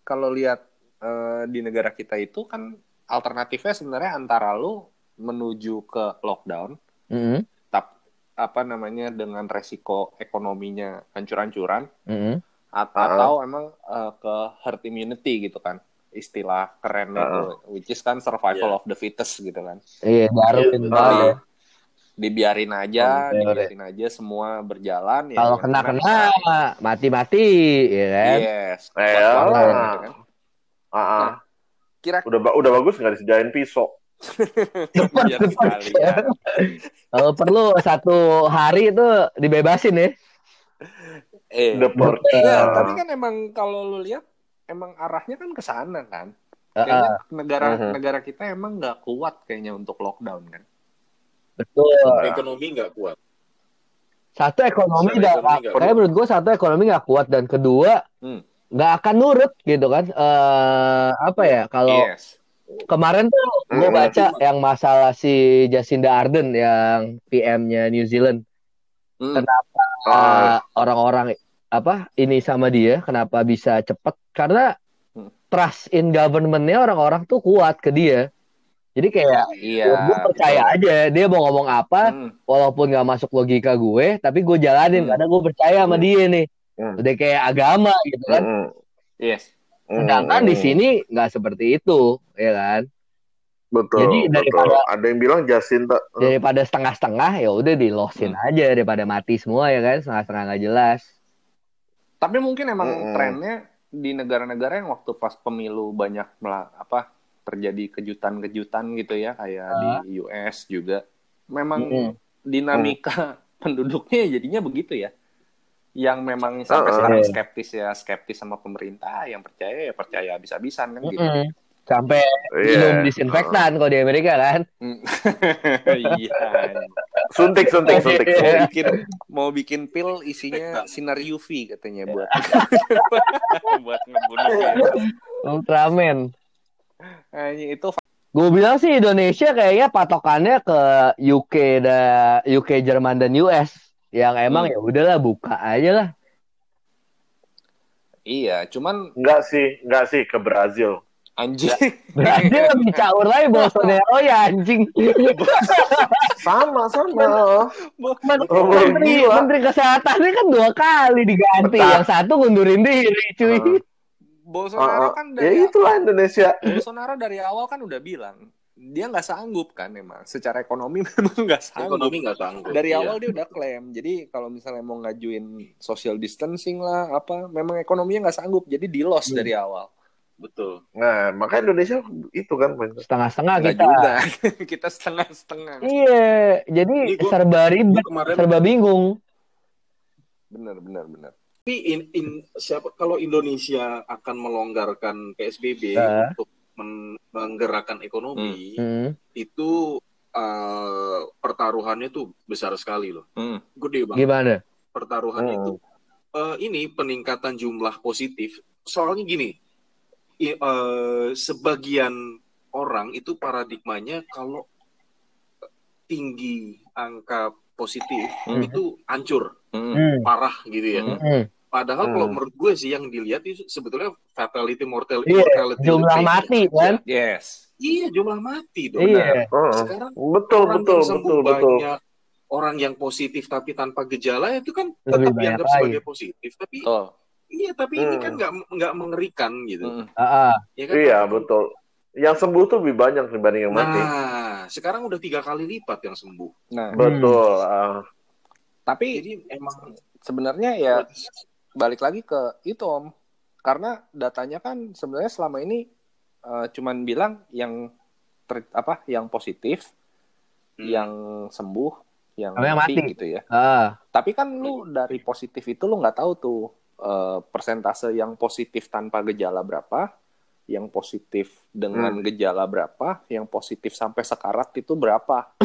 S1: kalau lihat uh, di negara kita itu kan alternatifnya sebenarnya antara lu menuju ke lockdown,
S2: mm-hmm.
S1: tap, apa namanya dengan resiko ekonominya hancur-hancuran,
S2: mm-hmm.
S1: at- uh-huh. atau emang uh, ke herd immunity gitu kan, istilah kerennya uh-huh. tuh, which is kan survival yeah. of the fittest gitu kan.
S2: Iya, Darwin
S1: yeah, uh-huh. Dibiarin aja, oh, dibiarin okay. aja semua berjalan.
S2: Kalau ya, kena kena mati-mati, ya kan?
S1: Yes. Kuat-kuatan gitu kan.
S3: Uh-uh. Nah, kira udah udah bagus nggak disediain pisau?
S1: Biar sekalian.
S2: Kalau perlu satu hari itu dibebasin ya.
S1: Eh, ya, tapi kan emang kalau lu lihat emang arahnya kan ke sana kan. Kayaknya uh-uh. negara uh-huh. negara kita emang nggak kuat kayaknya untuk lockdown kan.
S2: Betul.
S4: Ekonomi nggak kuat.
S2: Satu ekonomi nggak, kayak menurut gue satu ekonomi nggak kuat dan kedua nggak hmm. akan nurut gitu kan. Uh, apa ya kalau yes. kemarin tuh gue baca hmm. yang masalah si Jacinda Ardern yang P M-nya New Zealand. Hmm. Kenapa uh, orang-orang apa ini sama dia? Kenapa bisa cepet? Karena hmm. trust in government-nya orang-orang tuh kuat ke dia. Jadi kayak
S1: iya,
S2: gue percaya betul. aja dia mau ngomong apa, hmm. walaupun nggak masuk logika gue, tapi gue jalanin hmm. karena gue percaya sama hmm. dia nih. Hmm. Udah kayak agama gitu kan.
S1: Hmm. Yes.
S2: Sedangkan hmm. di sini nggak seperti itu, ya kan?
S3: Betul.
S2: Jadi daripada
S3: betul. Ada yang bilang Jacinta
S2: daripada setengah-setengah ya udah dilosin hmm. aja daripada mati semua ya kan, setengah-setengah nggak jelas.
S1: Tapi mungkin emang hmm. trennya di negara-negara yang waktu pas pemilu banyak melah, apa terjadi kejutan-kejutan gitu ya kayak uh. di U S juga memang mm-hmm. dinamika mm. penduduknya jadinya begitu ya yang memang sampai uh-uh. sekarang skeptis ya skeptis sama pemerintah yang percaya ya percaya habis-habisan kan mm-hmm. gitu
S2: sampai minum yeah. disinfektan uh. kalau di Amerika kan
S1: iya
S3: suntik suntik suntik
S1: mau bikin mau bikin pil isinya sinar U V katanya buat buat ngebunuh
S2: Ultraman.
S1: Nah, itu
S2: gue bilang sih Indonesia kayaknya patokannya ke U K dan U K, Jerman dan U S yang emang hmm. ya udahlah buka aja lah.
S1: Iya, cuman
S3: enggak sih, enggak sih ke Brazil.
S1: Anjing.
S2: Brazil lebih caur lagi Bolsonaro ya anjing.
S3: sama sama.
S2: Menteri, Menteri Kesehatannya kan dua kali diganti, Betul. Yang satu ngundurin diri cuy. Uh.
S1: Bolsonaro
S3: uh,
S1: kan dari
S3: ya itulah Indonesia.
S1: Bolsonaro dari awal kan udah bilang dia nggak sanggup kan memang secara ekonomi memang nggak sanggup.
S4: Ekonomi nggak sanggup.
S1: Dari
S4: iya.
S1: awal dia udah klaim. Jadi kalau misalnya mau ngajuin social distancing lah apa, memang ekonominya nggak sanggup. Jadi di loss hmm. dari awal.
S4: Betul.
S3: Nah makanya Indonesia itu kan
S2: setengah-setengah
S1: nggak
S2: kita.
S1: Juga. Kita setengah-setengah.
S2: Iya. Jadi gua, serba ribet, kemarin, serba bingung.
S1: Bener bener bener.
S4: Tapi in, in, siapa kalau Indonesia akan melonggarkan P S B B
S2: uh.
S4: untuk men, menggerakkan ekonomi
S2: hmm.
S4: itu uh, pertaruhannya tuh besar sekali loh,
S1: hmm.
S4: gede banget.
S2: Gimana?
S4: Pertaruhannya hmm. itu uh, ini peningkatan jumlah positif. Soalnya gini, i, uh, sebagian orang itu paradigmanya kalau tinggi angka positif hmm. itu hancur,
S1: hmm.
S4: parah gitu ya.
S2: Hmm.
S4: Padahal hmm. kalau menurut gue sih yang dilihat itu sebetulnya fatality, mortality,
S2: yeah,
S4: mortality
S2: jumlah mati kan?
S1: Yes.
S4: Iya jumlah mati dong.
S2: Iya.
S4: Nah, sekarang
S3: betul
S4: orang
S3: betul
S4: yang sembuh
S3: betul
S4: banyak, betul. Orang yang positif tapi tanpa gejala itu kan tetap dianggap sebagai positif. Tapi
S1: oh.
S4: iya tapi hmm. ini kan nggak nggak mengerikan gitu.
S2: Hmm. Uh-uh.
S3: Ya kan? Iya betul. Yang sembuh tuh lebih banyak dibanding yang mati.
S4: Nah sekarang udah tiga kali lipat yang sembuh.
S1: Nah
S3: betul. Hmm. Uh.
S1: Tapi jadi emang sebenarnya ya balik lagi ke itu Om, karena datanya kan sebenarnya selama ini uh, cuman bilang yang ter, apa yang positif, hmm. yang sembuh, yang mati, mati gitu ya.
S2: Ah.
S1: Tapi kan lu dari positif itu lu nggak tahu tuh uh, persentase yang positif tanpa gejala berapa, yang positif dengan hmm. gejala berapa, yang positif sampai sekarat itu berapa.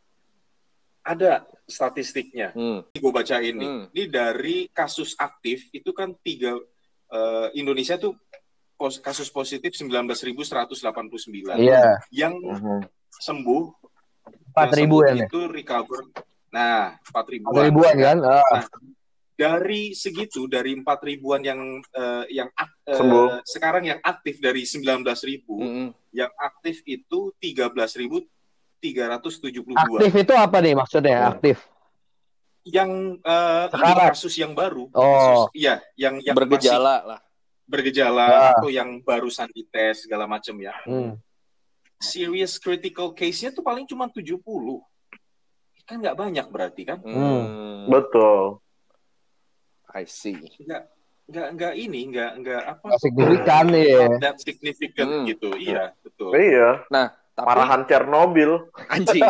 S4: Ada statistiknya.
S1: Hmm.
S4: Gue bacain nih.
S1: Hmm.
S4: Ini dari kasus aktif itu kan tiga uh, Indonesia tuh pos, kasus positif sembilan belas ribu seratus delapan puluh sembilan.
S2: Iya.
S4: Yang uh-huh. sembuh
S2: empat ribu ya
S4: itu recover. Nah, empat ribuan.
S2: empat ribuan kan? Oh.
S4: Nah, dari segitu, dari empat ribuan yang uh, yang uh, sekarang yang aktif dari sembilan belas ribu, mm-hmm. yang aktif itu tiga belas ribu tiga ratus tujuh puluh dua.
S2: Aktif itu apa nih maksudnya? Oh. Aktif?
S4: Yang uh, ini kasus yang baru.
S2: Oh.
S4: Kasus, iya, yang yang
S1: bergejala
S4: masih
S1: lah.
S4: Bergejala ah. atau yang barusan dites segala macam ya. Hmm. Serious critical case-nya tuh paling cuma tujuh puluh. Kan nggak banyak berarti kan?
S3: Hmm. Betul.
S1: I see.
S4: Nggak, nggak, nggak ini, nggak, nggak apa?
S2: Nggak signifikan ya.
S4: That significant hmm. gitu, iya, betul.
S3: Iya.
S1: Nah, tapi...
S3: parahan Chernobyl.
S1: Anjing.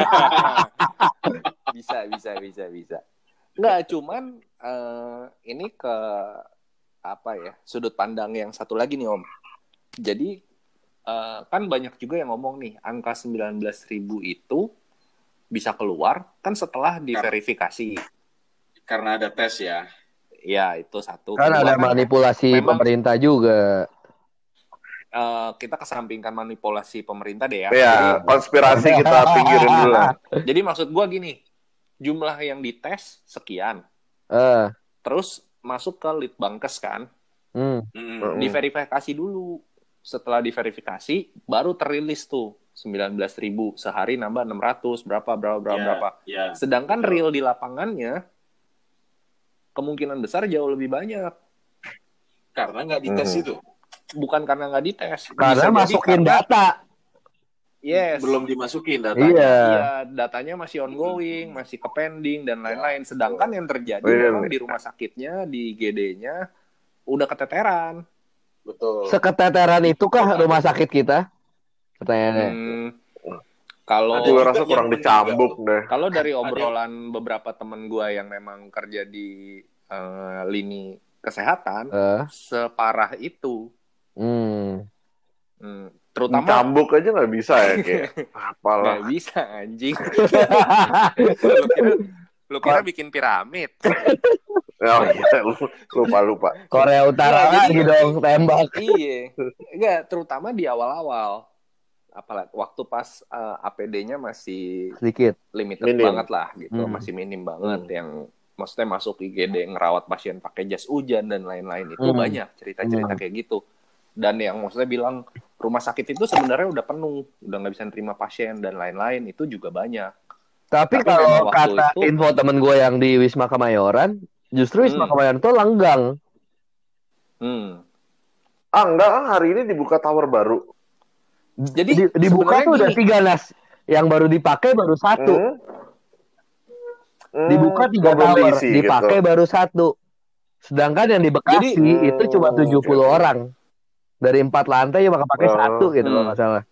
S1: bisa, bisa, bisa, bisa. Nggak, cuman uh, ini ke apa ya? Sudut pandang yang satu lagi nih Om. Jadi uh, kan banyak juga yang ngomong nih, angka sembilan belas ribu itu bisa keluar kan setelah diverifikasi.
S4: Karena ada tes ya.
S1: Ya, itu satu.
S2: Kan ada kan manipulasi memang, pemerintah juga.
S1: Uh, kita kesampingkan manipulasi pemerintah deh ya.
S3: Iya, konspirasi kita pinggirin dulu.
S1: Jadi maksud gue gini, jumlah yang dites sekian.
S2: Uh.
S1: Terus masuk ke Litbangkes kan.
S2: Hmm.
S1: Hmm. Diverifikasi dulu. Setelah diverifikasi, baru terilis tuh sembilan belas ribu. Sehari nambah enam ratus, berapa, berapa, berapa, yeah, berapa.
S4: Yeah.
S1: Sedangkan real di lapangannya, kemungkinan besar jauh lebih banyak.
S4: Karena nggak dites hmm. itu.
S1: Bukan karena nggak dites.
S2: Karena
S1: bisa
S2: masukin
S1: karena,
S2: data.
S1: Yes.
S4: Belum dimasukin datanya.
S2: Iya.
S1: Iya, datanya masih ongoing, masih ke pending, dan lain-lain. Sedangkan yang terjadi yeah. memang di rumah sakitnya, di I G D-nya, udah keteteran.
S4: Betul.
S2: Seketeteran itukah rumah sakit kita? Pertanyaannya. Hmm.
S1: Kalau
S3: gue rasa kurang dicambuk deh.
S1: Kalau dari obrolan beberapa temen gue yang memang kerja di uh, lini kesehatan, uh. separah itu.
S2: Hmm.
S1: Hmm. Terutama
S3: cambuk aja nggak bisa ya kayak apalah.
S1: Nggak bisa anjing. lu kira, lu kira bikin piramid?
S3: Oh iya, lupa lupa.
S2: Korea Utara nah, lagi dong tembak.
S1: Iya. Enggak, terutama di awal-awal. Apalagi waktu pas uh, A P D-nya masih
S2: sedikit
S1: limited
S3: minim.
S1: banget lah gitu, hmm. masih minim banget hmm. yang maksudnya masuk I G D ngerawat pasien pakai jas hujan dan lain-lain itu hmm. banyak cerita-cerita hmm. kayak gitu. Dan yang maksudnya bilang rumah sakit itu sebenarnya udah penuh, udah nggak bisa nerima pasien dan lain-lain itu juga banyak.
S2: Tapi, Tapi kalau kata itu, info temen gue yang di Wisma Kemayoran, justru Wisma hmm. Kemayoran itu langgang.
S1: Hmm.
S3: Ah enggak, hari ini dibuka tower baru.
S2: Jadi di, dibuka tuh udah tiga nas, yang baru dipakai baru satu. Hmm. Hmm, dibuka tiga tower, diisi, dipakai gitu. Baru satu. Sedangkan yang di Bekasi Jadi, itu hmm, cuma tujuh puluh okay. orang. Dari empat lantai cuma pakai uh, satu gitu hmm. loh nggak salah.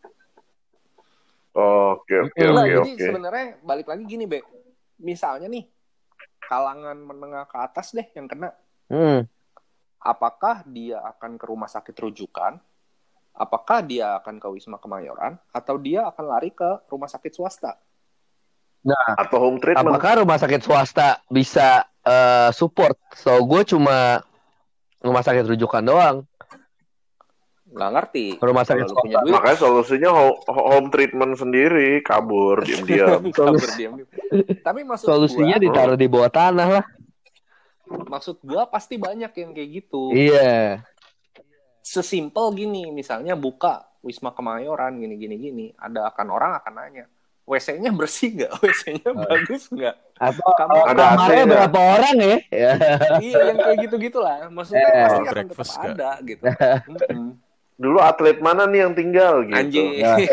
S3: Oke oke oke.
S1: Jadi sebenarnya balik lagi gini Be, misalnya nih kalangan menengah ke atas deh yang kena.
S2: Hmm.
S1: Apakah dia akan ke rumah sakit rujukan? Apakah dia akan ke Wisma Kemayoran atau dia akan lari ke rumah sakit swasta?
S2: Nah,
S3: atau home treatment.
S2: Apakah rumah sakit swasta bisa uh, support? So gue cuma rumah sakit rujukan doang.
S1: Nggak ngerti.
S2: Rumah sakit swasta.
S3: Makanya solusinya home treatment sendiri, kabur diam-diam.
S1: kabur diam-diam. Tapi maksud
S2: solusinya gua, ditaruh di bawah tanah lah.
S1: Maksud gue pasti banyak yang kayak gitu.
S2: Iya.
S1: Sesimpel gini, misalnya buka Wisma Kemayoran gini-gini gini, ada akan orang akan nanya, W C-nya bersih nggak? W C-nya uh. bagus nggak?
S2: Atau kamarnya berapa orang ya?
S1: Iya, yang kayak gitu-gitulah. Maksudnya yeah. pasti akan tetap ada gitu.
S3: Dulu atlet mana nih yang tinggal gitu?
S1: Anjing.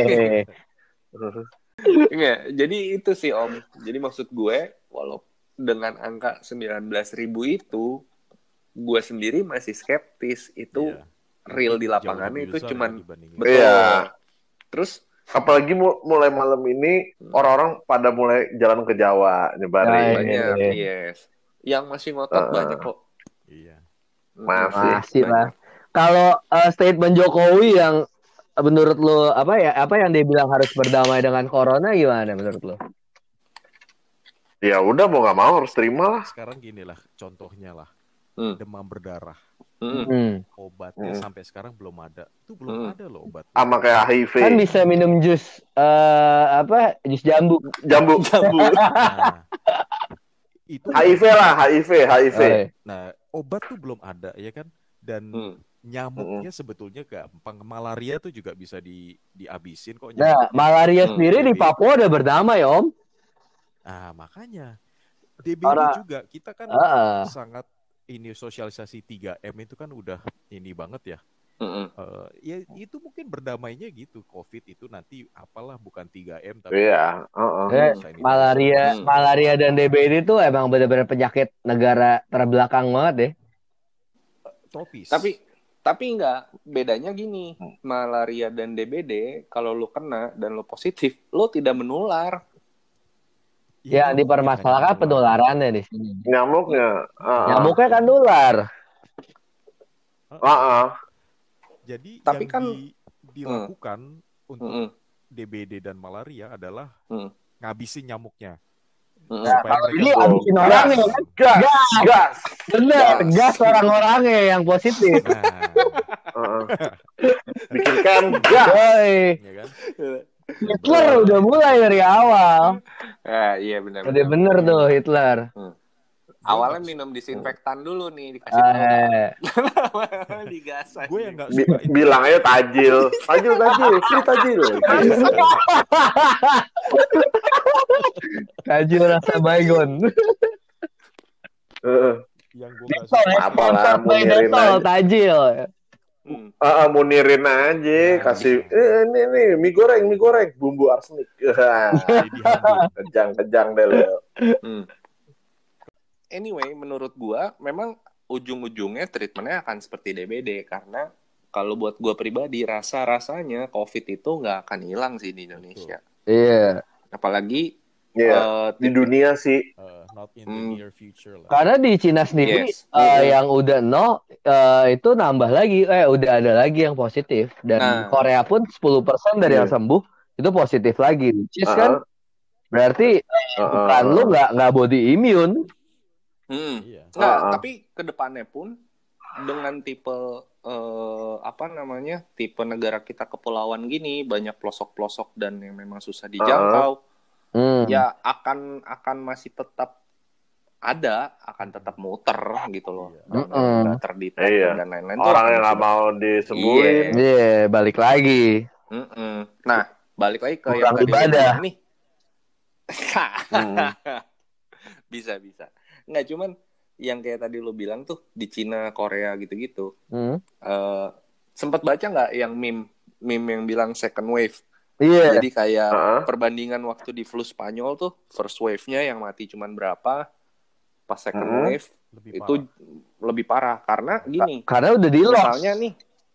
S1: Enggak, jadi itu sih Om. Jadi maksud gue, walau dengan angka sembilan belas ribu itu, gue sendiri masih skeptis itu. Yeah. Real di lapangannya itu cuman betul.
S3: Iya.
S1: Terus
S3: apalagi mulai malam ini hmm. orang-orang pada mulai jalan ke Jawa nyebarin.
S1: Banyak, yes. Yang masih ngotot uh, banyak kok.
S3: Iya. Masih.
S2: Masih lah. Kalau uh, statement Jokowi yang menurut lo apa ya? Apa yang dia bilang harus berdamai dengan corona gimana menurut lo?
S3: Ya udah mau nggak mau harus terima lah.
S5: Sekarang gini lah contohnya lah.
S1: Hmm.
S5: Demam berdarah.
S1: Hmm.
S5: Obatnya hmm. sampai sekarang belum ada. Itu belum hmm. ada loh obatnya.
S3: Sama kayak H I V.
S2: Kan bisa minum jus uh, apa? Jus jambu.
S3: Jambu.
S1: Jambu.
S5: Nah, itu
S3: H I V lah, H I V, H I V.
S5: Nah, obat tuh belum ada ya kan? Dan hmm. nyamuknya hmm. sebetulnya gampang. Malaria tuh juga bisa di dihabisin kok.
S2: Nah, malaria hmm. sendiri di Papua udah berdamai, Om.
S5: Ah, makanya D B D Orang... juga kita kan uh-uh. sangat ini sosialisasi tiga M itu kan udah ini banget ya. Uh-uh. Uh, ya itu mungkin berdamainya gitu. Covid itu nanti apalah bukan tiga M tapi
S3: yeah. uh-uh.
S2: eh, malaria hmm. malaria dan D B D itu emang benar-benar penyakit negara terbelakang banget deh.
S5: Tropis.
S1: Tapi tapi enggak, bedanya gini. Malaria dan D B D kalau lu kena dan lu positif, lu tidak menular.
S2: Ya, yang dipermasalahkan penularannya di sini.
S3: Nyamuknya. Uh-uh.
S2: Nyamuknya kan nular.
S3: Uh-uh. Uh-uh.
S5: Jadi tapi yang kan di, dilakukan mm, untuk mm, D B D dan malaria adalah mm, ngabisin nyamuknya.
S2: Mm, nah, ini habisin orangnya kan? Gas, gas, gas. Bener, gas, gas orang-orangnya yang positif.
S3: Nah. uh-uh. Bikin kan gas.
S2: Ya kan? Hitler uh. udah mulai dari awal.
S1: Ya, iya benar.
S2: Udah bener tuh Hitler. Hmm.
S1: Awalnya minum disinfektan dulu nih dikasih tahu. Digasan.
S5: Gue yang enggak suka
S3: itu. Bilang aja tajil. Tajil tajil, free tajil.
S2: Tajil rasa baygon.
S3: Heeh.
S5: Yang gue enggak suka
S3: apalah munirin aja.
S2: Tajil.
S3: Hmm. Uh, munirin aja, nah, kasih eh, ini nih mie goreng, mie goreng, bumbu arsenik. Kejang-kejang deh lo. Hmm.
S1: Anyway, menurut gua memang ujung-ujungnya treatmentnya akan seperti D B D karena kalau buat gua pribadi rasa-rasanya COVID itu nggak akan hilang sih di Indonesia.
S2: Iya. Yeah.
S1: Apalagi
S3: yeah. uh, di dunia sih.
S5: Uh, not in the near future lah.
S2: Karena di Cina sendiri yes. uh, mm-hmm. yang udah no uh, itu nambah lagi, eh udah ada lagi yang positif dan nah. Korea pun sepuluh persen dari yeah. yang sembuh itu positif lagi. Cis uh-huh. kan berarti uh-huh. bukan lu nggak nggak body immune.
S1: Hmm. Iya. Nah, uh-uh. tapi kedepannya pun dengan tipe uh, apa namanya tipe negara kita kepulauan gini banyak pelosok-pelosok dan yang memang susah dijangkau, uh-uh. hmm. ya akan akan masih tetap ada, akan tetap muter gitu loh, dan uh-uh. nggak terdetek
S3: iya.
S1: dan lain-lain.
S3: Orang yang nggak mau disembuhin,
S2: iya, yeah, balik lagi.
S1: Uh-uh. Nah, balik lagi ke Kurang yang tadi bilang nih. hmm. Bisa bisa. Nggak, cuman yang kayak tadi lo bilang tuh di Cina, Korea gitu-gitu. Hmm. Uh, sempat baca nggak yang meme meme yang bilang second wave?
S2: Iya. Yeah.
S1: Jadi kayak uh-huh. perbandingan waktu di flu Spanyol tuh first wave-nya yang mati cuman berapa, pas second uh-huh. wave lebih itu parah. lebih parah karena gini.
S2: Karena udah di loss.
S1: Misalnya nih.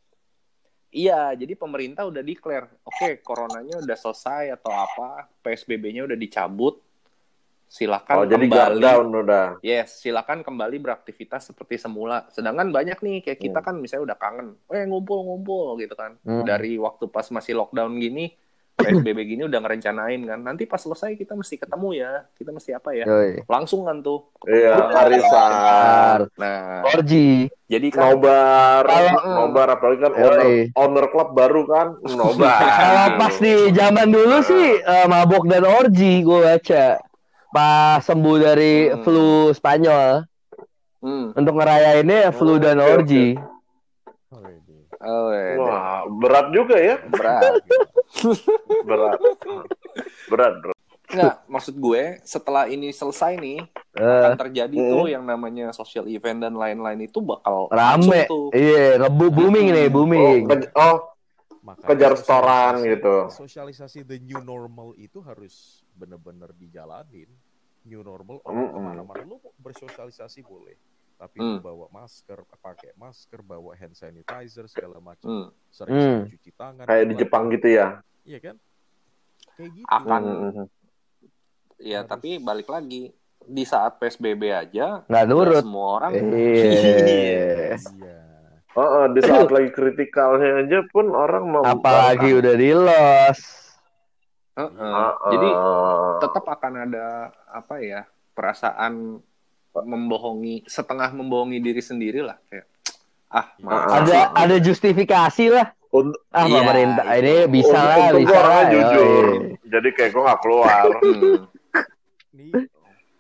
S1: Iya, jadi pemerintah udah declare, oke, okay, coronanya udah selesai atau apa, P S B B-nya udah dicabut. Silakan oh, kembali.
S3: Jadi down udah.
S1: Yes, silakan kembali beraktivitas seperti semula. Sedangkan banyak nih kayak kita hmm. kan misalnya udah kangen, eh ngumpul-ngumpul gitu kan. Hmm. Dari waktu pas masih lockdown gini, P S B B gini udah ngerencanain kan. Nanti pas selesai kita mesti ketemu ya. Kita mesti apa ya? Yoi. Langsung kan tuh.
S3: Iya, arisan.
S1: Nah,
S2: orgi.
S1: Jadi kan
S3: nobar, uh, nobar apalagi kan owner, owner klub baru kan, nobar.
S2: Kalau pas di zaman dulu sih uh, mabok dan orgi gue baca. Pas sembuh dari hmm. flu Spanyol hmm. untuk ngerayainnya flu oh, dan okay, orgi.
S3: Okay. Oh, iya. Wah, berat juga ya.
S1: Berat.
S3: berat. Berat, bro.
S1: Nggak, maksud gue setelah ini selesai nih uh, akan terjadi hmm. tuh yang namanya social event dan lain-lain itu bakal
S2: rame. Iya, rebu booming nih, booming.
S3: Oh, ke- oh Makanya kejar restoran gitu.
S5: Sosialisasi the new normal itu harus benar-benar dijalanin. New normal orang mm-hmm. kemana-mana lu bersosialisasi boleh, tapi mm. lu bawa masker, pakai masker, bawa hand sanitizer segala macam, mm. sering-sering mm. cuci tangan.
S3: Kayak di Jepang gitu ya?
S5: Iya kan? Kayak gitu.
S1: Akan. Mm-hmm. Ya harus... tapi balik lagi di saat P S B B aja
S2: nggak nurut
S1: semua orang.
S2: Iya.
S3: Oh, oh, di saat lagi kritikalnya aja pun orang mau.
S2: Apalagi udah di los.
S1: Uh-uh. Uh-uh. Jadi tetap akan ada apa ya perasaan membohongi, setengah membohongi diri sendiri lah kayak ah
S2: uh-uh. ada ada justifikasi lah.
S3: Un-
S2: ah iya, pemerintah itu. Ini bisa Un- lah bisa
S3: lah jujur. Jadi kayak gue nggak keluar.
S5: Ini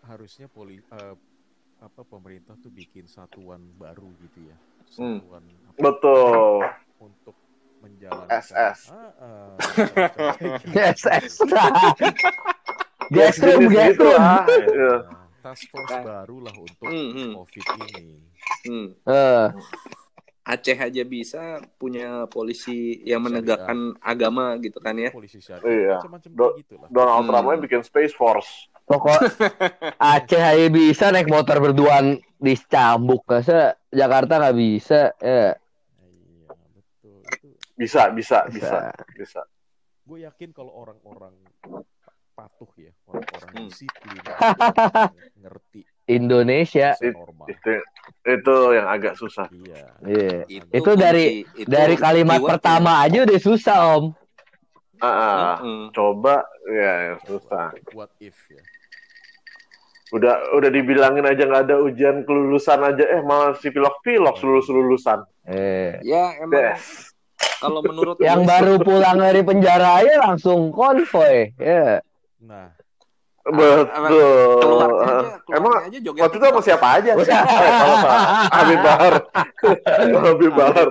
S5: harusnya poli uh, apa pemerintah tuh bikin satuan baru gitu ya. Satuan
S3: hmm. apa, betul
S5: untuk menjalankan
S3: S S.
S5: Ah, uh,
S2: S S. Gestrum, gestrum.
S5: Task force baru lah untuk mm-hmm. COVID ini.
S1: Hmm. Uh. Aceh aja bisa punya polisi yang menegakkan syariah. Agama gitu kan ya.
S5: Polisi syariah.
S3: Iya. Do- gitu lah. Donald hmm. Trump bikin Space Force.
S2: Pokok Aceh aja bisa naik motor berduaan di Cambuk. Masa Jakarta nggak bisa? Ya.
S5: Iya, betul. Itu
S3: bisa, bisa, bisa, bisa. bisa.
S5: Gue yakin kalau orang-orang patuh ya, orang-orang hmm. disiplin, ngerti
S2: Indonesia
S3: It, itu itu yang agak susah.
S5: Iya.
S2: Yeah. Itu, itu dari itu, dari kalimat pertama ya. Aja udah susah Om.
S3: Ah, uh, mm-hmm. coba ya susah.
S5: What if ya?
S3: Udah udah dibilangin aja nggak ada ujian kelulusan aja, eh malah si pilok-pilok lulus lulusan.
S2: Eh.
S1: Ya emang. Yes. Kalau menurut
S2: yang gue, baru pulang dari penjara aja langsung konvoy, ya. Yeah.
S5: Nah.
S3: Betul.
S1: Keluar aja,
S3: emang
S1: aja joget
S3: waktu itu sama siapa aja? Kalau Habib Bahar. Habib Bahar.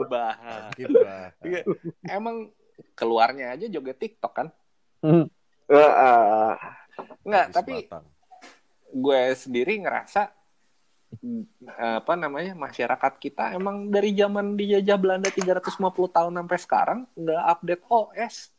S1: Emang keluarnya aja joget TikTok kan?
S2: Hmm.
S1: Enggak, tapi gue sendiri ngerasa apa namanya masyarakat kita emang dari zaman dijajah Belanda tiga ratus lima puluh tahun sampai sekarang nggak update O S.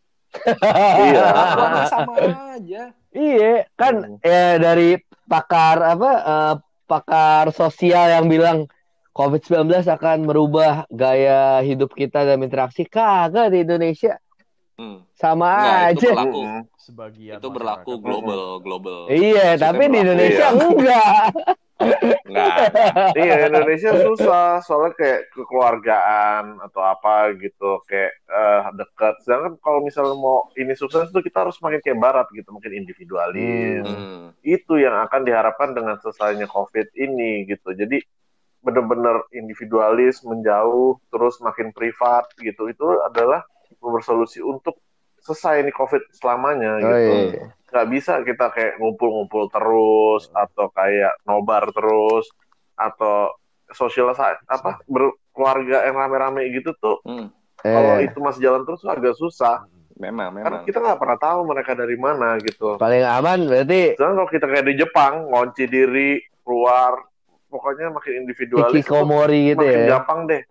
S2: Iya.
S1: Sama aja.
S2: Iya, kan hmm. ya dari pakar apa uh, pakar sosial yang bilang covid sembilan belas akan merubah gaya hidup kita dan interaksi, kagak di Indonesia.
S1: Hmm.
S2: Sama
S1: Nggak,
S2: aja.
S1: Itu berlaku.
S5: Sebagian
S1: itu berlaku global, global.
S2: Iya, maksudnya tapi berlaku, di Indonesia iya. enggak.
S1: Enggak.
S3: Iya, Indonesia susah soalnya kayak kekeluargaan atau apa gitu, kayak uh, dekat. Sedangkan kalau misalnya mau ini sukses tuh kita harus makin kayak barat gitu, makin individualis. Hmm. Itu yang akan diharapkan dengan selesainya COVID ini gitu. Jadi benar-benar individualis, menjauh, terus makin privat gitu. Itu adalah bersolusi untuk selesai nih COVID selamanya oh, gitu. Iya. Nggak bisa kita kayak ngumpul-ngumpul terus atau kayak nobar terus atau sosialisasi apa berkeluarga yang rame-rame gitu tuh. Hmm. Kalau eh. itu masih jalan terus agak susah.
S1: Memang, memang.
S3: Karena kita nggak pernah tahu mereka dari mana gitu.
S2: Paling aman berarti.
S3: Soalnya kalau kita kayak di Jepang, ngunci diri, keluar, pokoknya makin individualis.
S2: Hikikomori gitu
S3: makin
S2: ya.
S3: gampang deh.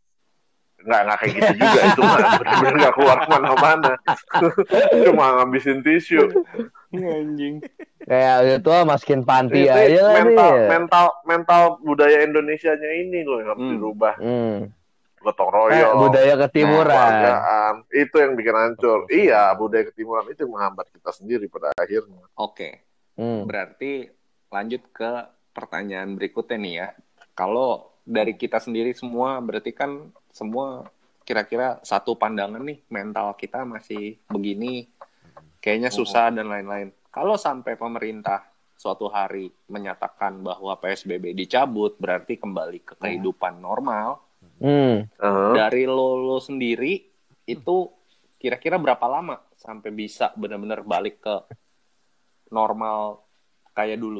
S3: Nggak, nggak kayak gitu juga. Itu mah bener-bener nggak keluar kemana-mana. Cuma ngabisin tisu.
S1: Anjing.
S2: Kayak itu masukin panti aja
S3: mental,
S2: nih.
S3: Mental, mental budaya Indonesianya ini loh yang harus hmm. dirubah.
S2: Hmm.
S3: Gotong royong.
S2: Eh, budaya ketimuran.
S3: Nah, itu yang bikin hancur. Oh, iya, budaya ketimuran itu menghambat kita sendiri pada akhirnya.
S1: Oke. Hmm. Berarti lanjut ke pertanyaan berikutnya nih ya. Kalau dari kita sendiri semua berarti kan semua kira-kira satu pandangan nih, mental kita masih begini, kayaknya susah dan lain-lain. Kalau sampai pemerintah suatu hari menyatakan bahwa P S B B dicabut, berarti kembali ke kehidupan normal.
S2: Hmm.
S1: Uh-huh. Dari lo, lo sendiri itu kira-kira berapa lama sampai bisa benar-benar balik ke normal kayak dulu?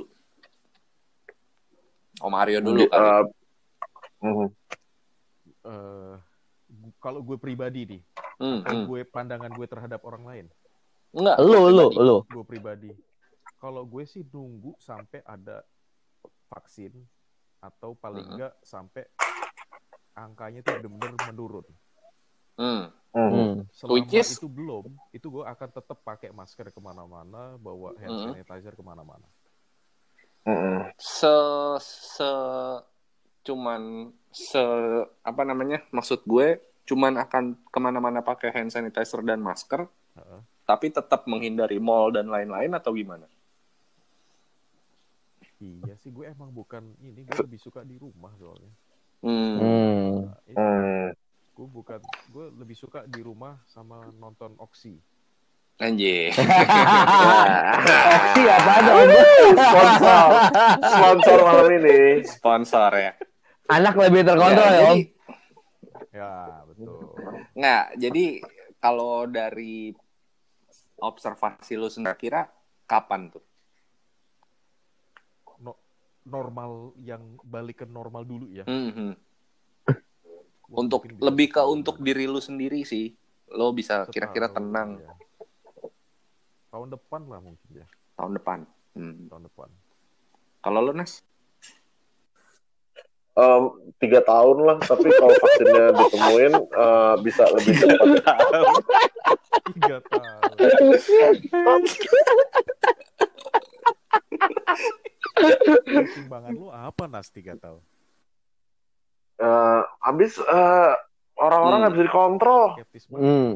S1: Om Aryo dulu
S3: uh,
S1: kali.
S5: Uh, uh, kalau gue pribadi nih, hmm, hmm. gue pandangan gue terhadap orang lain.
S2: Enggak, lo lo lo.
S5: Gue pribadi. Kalau gue sih nunggu sampai ada vaksin atau paling hmm. enggak sampai angkanya itu benar-benar menurun.
S1: Hmm.
S5: Hmm. Selama
S1: Which is...
S5: itu belum, itu gue akan tetap pakai masker kemana-mana, bawa hand sanitizer hmm. kemana-mana.
S3: Hmm.
S1: Se se cuman se apa namanya maksud gue cuman akan kemana-mana pakai hand sanitizer dan masker, uh-uh. tapi tetap menghindari mall dan lain-lain atau gimana?
S5: Iya sih, gue emang bukan ini, gue lebih suka di rumah soalnya.
S1: Hmm.
S5: Nah, hmm. Gue bukan, gue lebih suka di rumah sama nonton Oxy.
S1: Anjir.
S2: Oxy apa dong?
S3: Sponsor, sponsor malam ini.
S1: Sponsor ya.
S2: Anak lebih terkontrol ya, ya Om.
S5: Ya betul.
S1: Nggak, jadi kalau dari observasi lu sendiri kira kapan tuh
S5: normal yang balik ke normal dulu ya.
S1: Mm-hmm. Untuk lebih ke untuk diri lu sendiri sih. Lo bisa setahun, kira-kira tenang. Ya.
S5: Tahun depan lah mungkin ya.
S1: Tahun depan. Hmm.
S5: Tahun depan.
S1: Kalau lo Nas?
S3: Um, tiga tahun lah, tapi kalau vaksinnya ditemuin uh, bisa lebih cepat.
S5: Tiga tahun. Pertimbangan lu apa Nas tiga tahun?
S3: Uh, habis uh, orang-orang nggak hmm. bisa dikontrol.
S2: Hmm.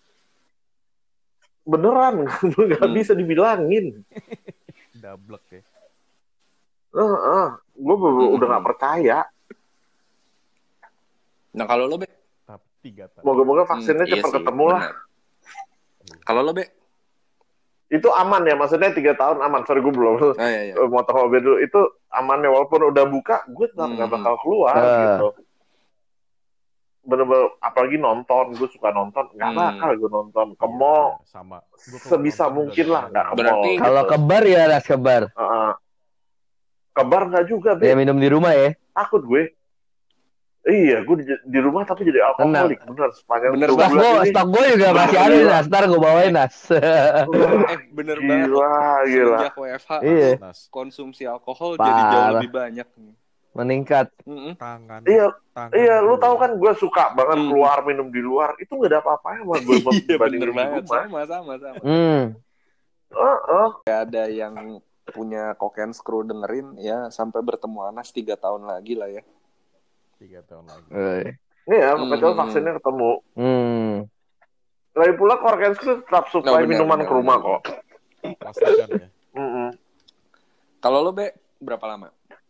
S3: Beneran, nggak hmm. bisa dibilangin.
S5: Dablek ya.
S3: Uh, uh, gue hmm. udah nggak percaya.
S1: Nah kalau lo Be?
S5: Tiga tahun.
S3: Moga-moga vaksinnya hmm, cepat iya ketemu lah.
S1: Kalau lo Be?
S3: Itu aman ya, maksudnya tiga tahun aman. Sorry gue belum. Oh, iya, iya. Motor mobil dulu itu amannya, walaupun udah buka, gue tetap nggak hmm. bakal keluar uh. gitu. Bener-bener, apalagi nonton, gue suka nonton, nggak hmm. bakal gue nonton ke mall. Iya, sama. Sebisa mungkin lah nggak ke mall.
S2: Kalau gitu. Kebar ya ras kebar.
S3: Uh-uh. Kebar nggak juga, Be.
S2: Ya minum di rumah ya.
S3: Takut gue. Iya, gue di, di rumah tapi jadi alkoholik, bener. Sepanjang
S2: bener stok gue, stok gue juga masih ada nih, Nas. Ntar gue bawain, Nas.
S1: eh, bener
S3: gila,
S1: banget.
S3: Gila,
S1: sejak W F H,
S2: iya.
S1: konsumsi alkohol Parah. jadi jauh lebih banyak.
S2: Meningkat.
S1: Mm-hmm.
S5: Tangan.
S3: Iya,
S5: tangan
S3: iya. Lu tahu kan gue suka banget hmm. keluar minum di luar. Itu nggak ada apa-apanya sama gue
S1: dibandingin di rumah. Sama, sama, sama.
S2: Hmm.
S3: Uh-uh.
S1: Ada yang punya Coke and Screw dengerin, ya sampai bertemu Anas tiga tahun lagi lah ya.
S5: Tiga tahun lagi.
S3: Iya, hmm. kecuali vaksinnya ketemu.
S2: Hmm.
S3: Lagi pula Coke and Screw tetap supply no, bener, minuman bener, ke rumah bener. kok.
S5: Pastikan ya.
S3: Mm-mm.
S1: Kalau lo Be, berapa lama?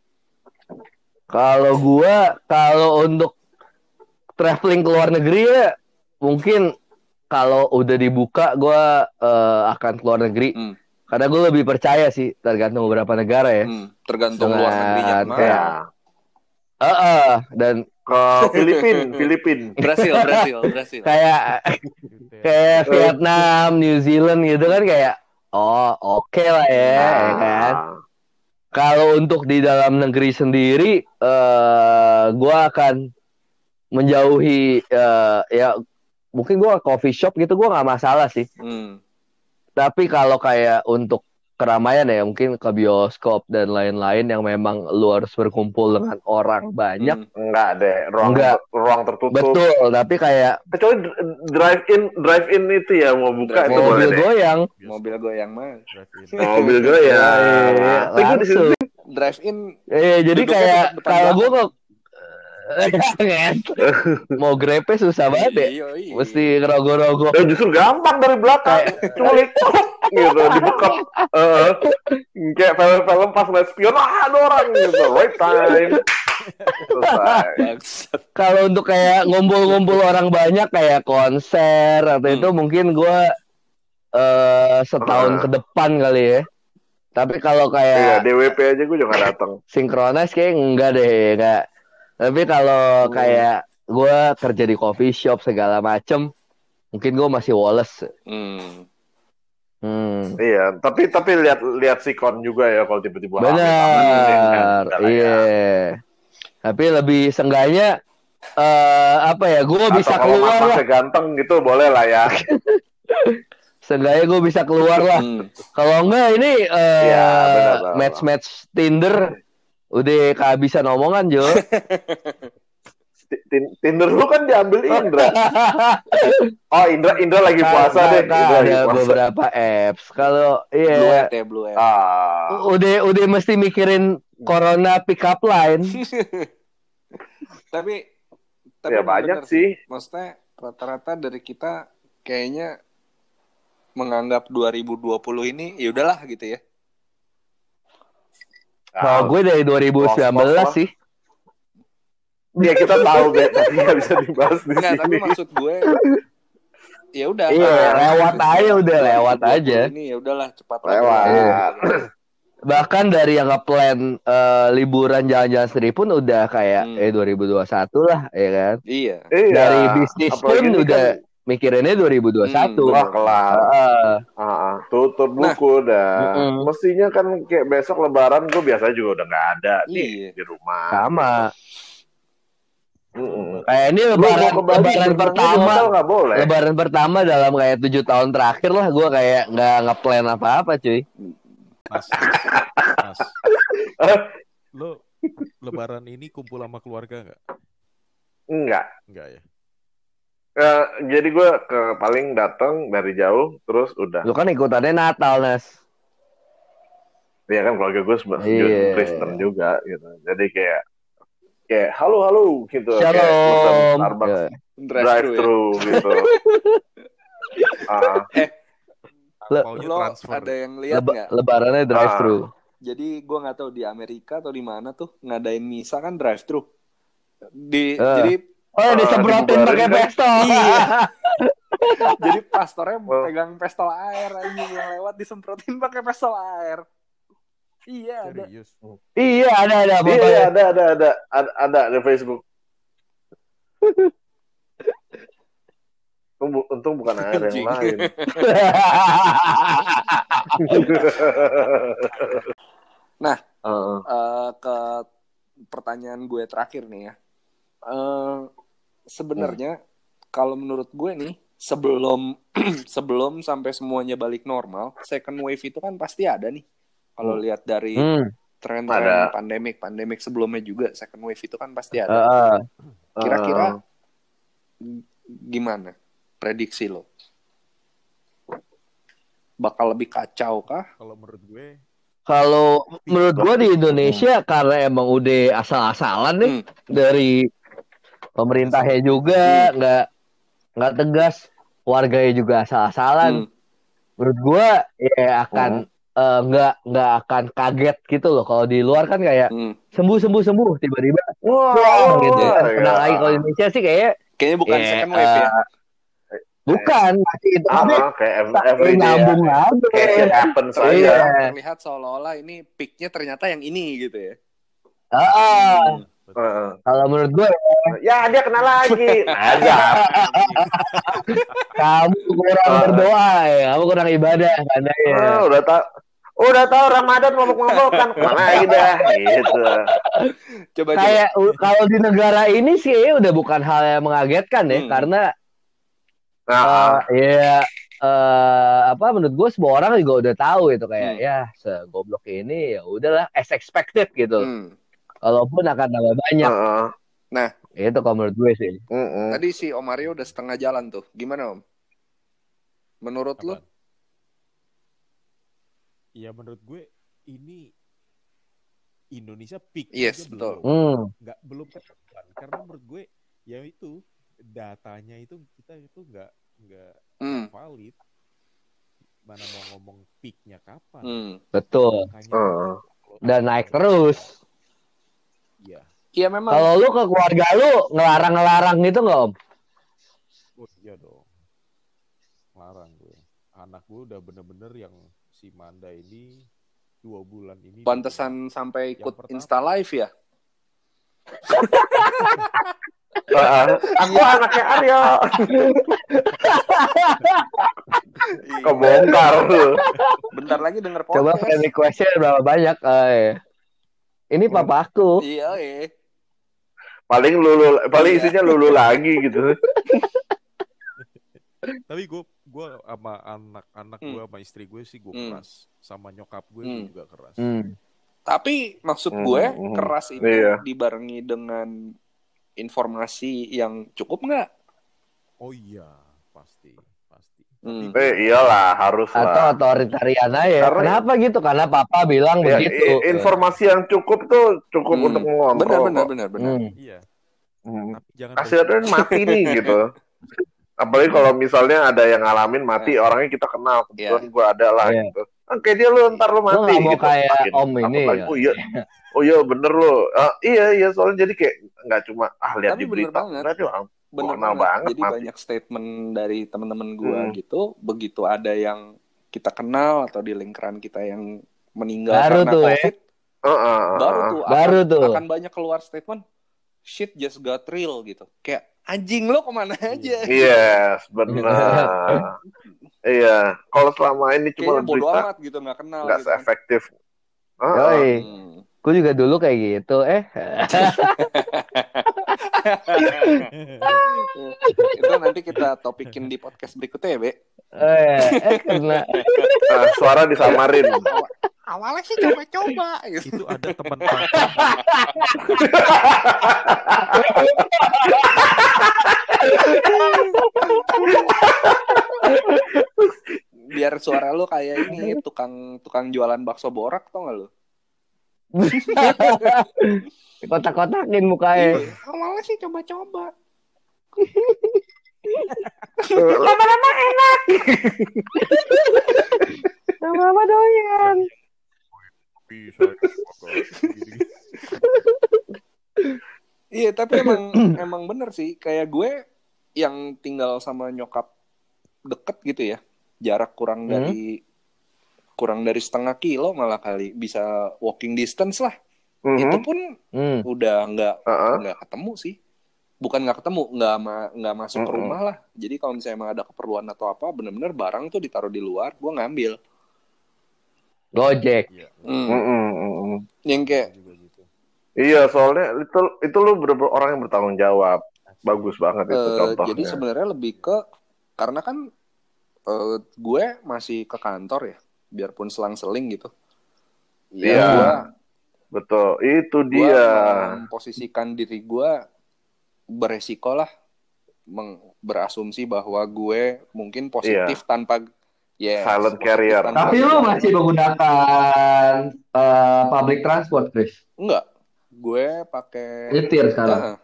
S2: Kalau gua, kalau untuk traveling ke luar negeri ya, mungkin kalau udah dibuka gua uh, akan ke luar negeri. Hmm. Karena gue lebih percaya sih, tergantung beberapa negara ya. Hmm,
S1: tergantung Dengan, luar negerinya
S2: kayak, uh, uh, dan
S3: ke Filipin, Filipin,
S1: Brasil, Brasil, Brasil.
S2: Kayak kayak Vietnam, New Zealand gitu kan kayak, oh oke okay lah ya, nah. ya kan. Kalau untuk di dalam negeri sendiri, uh, gue akan menjauhi, uh, ya mungkin gue coffee shop gitu gue nggak masalah sih. Hmm. Tapi kalau kayak untuk keramaian ya mungkin ke bioskop dan lain-lain yang memang lu harus berkumpul dengan orang banyak.
S3: Hmm, enggak deh, ruang enggak. ruang tertutup.
S2: Betul, tapi kayak
S3: kecuali drive in drive in itu ya mau buka
S2: drive
S3: itu
S2: mobil goyang.
S1: Mobil goyang mah.
S3: Mobil goyang.
S2: Ya, langsung
S1: drive in.
S2: Eh jadi kayak kalau gue kok mau grepe susah banget ya. Mesti rogo-rogo.
S3: Eh, justru gampang dari belakang. Culik gitu dibekap. Uh, kayak film-film pas lihat spion, ah ada orang gitu. Right time.
S2: Kalau untuk kayak ngumpul-ngumpul orang banyak kayak konser atau hmm. itu mungkin gue uh, setahun uh. ke depan kali ya. Tapi kalau kayak
S3: iya, D W P aja gue juga datang.
S2: Sinkronis kayak enggak deh, enggak. Tapi kalau kayak gue kerja di coffee shop segala macem, mungkin gue masih Wallace.
S1: Hmm.
S2: Hmm.
S3: Iya, tapi tapi lihat lihat sikon juga ya kalau tiba-tiba.
S2: Benar, iya. Ya. Tapi lebih seenggaknya uh, apa ya? Gue bisa keluar lah.
S3: Ganteng gitu boleh lah ya.
S2: Seenggaknya gue bisa keluar lah. Hmm. Kalau enggak ini uh, ya, match-match Tinder. Udah kehabisan omongan, Jo.
S3: Tinder lu kan diambil Indra. Oh, Indra Indra lagi puasa nah, deh.
S2: Nah,
S3: Indra
S2: ada puasa. Beberapa apps. Kalau iya.
S1: Blue App ya, Blue App.
S2: Ah. Udah udah mesti mikirin Corona pick up line.
S1: tapi tapi
S3: ya banyak sih.
S1: Maksudnya rata-rata dari kita kayaknya menganggap dua ribu dua puluh ini ya udahlah gitu ya.
S2: Kalau gue dari dua ribu sembilan belas sih.
S3: Ya kita tahu deh, tapi nggak bisa dibahas di
S1: Nggak,
S3: sini.
S1: tapi maksud gue, ya udah.
S2: Iya, kan, lewat aja udah lewat aja.
S1: Ini ya udahlah cepat
S3: lewat.
S2: Bahkan dari yang nge-plan uh, liburan jalan-jalan sendiri pun udah kayak hmm. eh dua ribu dua puluh satu lah, ya kan?
S1: Iya.
S2: Dari bisnis pun udah kan, mikirinnya dua ribu dua puluh satu.
S3: Hmm, wah kelar. Uh, uh, uh. tutup buku nah, dah. Uh-uh. Mestinya kan kayak besok Lebaran gue biasanya juga udah nggak ada nih iya. di rumah.
S2: Sama. Uh-uh. Kayak ini Lebaran, lebaran pertama, boleh. Lebaran pertama dalam kayak tujuh tahun terakhir lah gue kayak nggak ngeplan apa-apa cuy.
S5: Mas, mas, lo Lebaran ini kumpul sama keluarga nggak?
S3: Enggak.
S5: Enggak ya.
S3: Uh, jadi gue ke paling datang dari jauh terus udah.
S2: Lu kan ikutannya Natal, Nas.
S3: Iya kan keluarga gue sebenarnya yeah. Kristen juga gitu. Jadi kayak kayak halo halo gitu.
S2: Shalom.
S3: Starbucks yeah. drive thru ya? Gitu. uh.
S1: Eh, Le- lo ada yang lihat nggak?
S2: Leba- Lebarannya drive thru. Uh.
S1: Jadi gue nggak tahu di Amerika atau di mana tuh ngadain misa kan drive thru. Di uh. jadi
S2: oh, uh, disemprotin pakai pistol.
S1: Iya. Jadi pastornya oh. pegang pistol air anjing yang lewat disemprotin pakai pistol air. Iya, ada.
S2: Iya, ada ada
S3: Iya, ada ada ada ada ada di Facebook. Untung, untung bukan air yang lain.
S1: Nah, uh. Uh, ke pertanyaan gue terakhir nih ya. Uh, sebenarnya hmm. kalau menurut gue nih sebelum sebelum sampai semuanya balik normal, second wave itu kan pasti ada nih. Kalau hmm. lihat dari hmm. tren-tren pandemik pandemik sebelumnya juga second wave itu kan pasti ada. Uh, Kira-kira uh. gimana prediksi lo? Bakal lebih kacau kah?
S5: Kalau menurut gue
S2: Kalau menurut gue di Indonesia hmm. karena emang udah asal-asalan nih hmm. dari pemerintahnya juga nggak hmm. nggak tegas, warganya juga asal-asalan. Hmm. Menurut gue ya akan nggak hmm. uh, nggak akan kaget gitu loh. Kalau di luar kan kayak hmm. sembuh sembuh sembuh tiba-tiba,
S3: wow, wow
S2: gitu.
S3: Ya.
S2: Tenang lagi. Kalau Indonesia sih kayak
S1: kayaknya bukan yeah, second wave uh, ya.
S2: Bukan, masih itu
S3: ah, kayak everyday
S2: nyambung
S3: ya.
S2: aja.
S3: Kayak happen saja.
S1: Iya. Terlihat seolah-olah ini peak-nya ternyata yang ini gitu ya.
S2: Ah. Hmm. Uh. Kalau menurut gue
S3: ya dia kena lagi. Aja.
S2: Kamu kurang uh. berdoa ya, kamu kurang ibadah karena ya.
S3: Uh, udah tak udah tahu Ramadan mabok-mabok kan kemana lagi dah gitu.
S2: Coba kayak kalau di negara ini sih udah bukan hal yang mengagetkan ya, hmm. karena Uh, ya uh, apa menurut gue semua orang juga udah tahu itu kayak hmm. ya segoblok ini ya udahlah as expected gitu. Hmm. Kalaupun akan tambah banyak. Uh-uh.
S1: Nah,
S2: itu kalau menurut gue sih.
S1: Uh-uh. Tadi si Om Mario udah setengah jalan tuh. Gimana Om? Menurut apa? Lu?
S5: Ya menurut gue ini Indonesia peak
S1: yes,
S5: aja
S1: betul.
S5: belum.
S2: Hmm.
S5: Nggak belum ketemuan karena menurut gue ya itu datanya itu kita itu nggak nggak hmm. valid. Mana mau ngomong peaknya kapan?
S2: Hmm. Betul. Uh. Dan naik terus.
S5: Iya.
S1: Iya memang.
S2: Kalau lu ke keluarga lu ngelarang-ngelarang gitu nggak Om?
S5: Oh iya dong. Larang gue. Anak gue udah bener-bener yang si Manda ini dua bulan ini.
S1: Pantesan sampai ikut pertama, Insta Live ya?
S3: Uh, aku anaknya Aryo. Kebongkar lu.
S1: Bentar lagi denger podcast.
S2: Coba friend request-nya berapa banyak. Uh, ini papa aku.
S1: Iya, iya.
S3: Paling lulu, paling isinya lulu lagi gitu.
S5: Tapi gue gue sama anak-anak gue sama istri gue sih gue hmm. keras. Sama nyokap gue hmm. juga keras.
S2: Hmm.
S1: Tapi maksud gue hmm. keras itu iya. dibarengi dengan informasi yang cukup nggak?
S5: Oh iya, pasti, pasti.
S3: Hmm. Eh iyalah, harus lah.
S2: Atau otoritarian aja. Karena, kenapa gitu? Karena papa bilang ya, begitu.
S3: I- informasi yang cukup tuh cukup hmm. untuk mengontrol.
S1: Benar, benar, benar, benar.
S5: Hmm. Iya.
S3: Hmm. Akhirnya mati nih gitu. Apalagi kalau misalnya ada yang ngalamin mati, yeah. orangnya kita kenal, kebetulan yeah. gue ada lah yeah. gitu. Oke dia lu ntar lu mati
S2: lu
S3: gitu.
S2: Kayak makin, Om ini. Ya.
S3: Oh iya, oh iya bener lu. Uh, iya iya soalnya jadi kayak nggak cuma ah lihat di berita.
S1: Bener
S3: banget.
S1: Bener
S3: kenal banget. banget
S1: jadi mati. Banyak statement dari teman-teman gue hmm. gitu. Begitu ada yang kita kenal atau di lingkaran kita yang meninggal
S2: baru
S1: karena
S2: tuh,
S1: COVID,
S3: eh. uh, uh,
S1: baru tuh
S2: baru
S1: akan,
S2: tuh
S1: akan banyak keluar statement. Shit just got real gitu. Kayak anjing lo kemana aja?
S3: Yes, benar. Iya, kalau selama ini cuma
S1: kayaknya bodo amat gitu, nggak kenal.
S3: Nggak
S1: gitu
S3: seefektif.
S2: Kan. Uh, hmm. Gue juga dulu kayak gitu, eh.
S1: Itu nanti kita topikin di podcast berikutnya ya, Be.
S2: Eh, eh karena
S3: nah, suara disamarin.
S1: Awalnya sih coba-coba.
S5: Itu ada teman kantor.
S1: Biar suara lu kayak ini tukang tukang jualan bakso borak, tau gak lu?
S2: Kotak-kotakin mukanya.
S1: Iya. Awalnya sih coba-coba.
S2: Lama-lama enak. Lama-lama doyan.
S1: Iya, tapi emang emang bener sih. Kayak gue yang tinggal sama nyokap deket gitu ya, jarak kurang hmm? dari kurang dari setengah kilo malah kali, bisa walking distance lah. Mm-hmm. Itu pun mm. udah nggak uh-uh. nggak ketemu sih, bukan nggak ketemu, nggak ma- nggak masuk mm-hmm. ke rumah lah. Jadi kalau misalnya emang ada keperluan atau apa, bener-bener barang tuh ditaruh di luar, gue ngambil.
S2: Gojek.
S1: Mm. Mm-hmm. Yang kayak
S3: iya, soalnya itu itu lu bener-bener orang yang bertanggung jawab. Bagus banget itu uh, contohnya.
S1: Jadi sebenarnya lebih ke karena kan uh, gue masih ke kantor ya, biarpun selang-seling gitu.
S3: Iya. Ya, gue, betul. Itu dia.
S1: Gue memposisikan diri gue beresiko lah, meng- berasumsi bahwa gue mungkin positif iya. tanpa
S3: yes, silent carrier.
S2: Tapi lu masih menggunakan uh, public transport, Chris?
S1: Enggak. Gue pakai
S2: nyetir sekarang.
S1: Uh.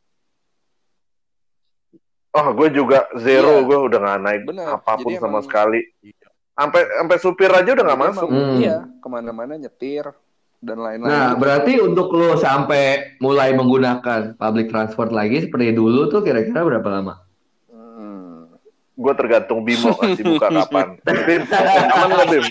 S3: Oh, gue juga zero, iya. Gue udah nggak naik bener. Apapun jadi sama emang, sekali. Sampai sampai supir aja udah nggak masuk.
S1: Hmm. Iya, kemana-mana nyetir dan lain-lain.
S2: Nah, berarti untuk lo sampai mulai menggunakan public transport lagi seperti dulu tuh kira-kira berapa lama?
S3: Hmm. Gue tergantung Bimo dibuka kapan. Bim, aman nggak Bim?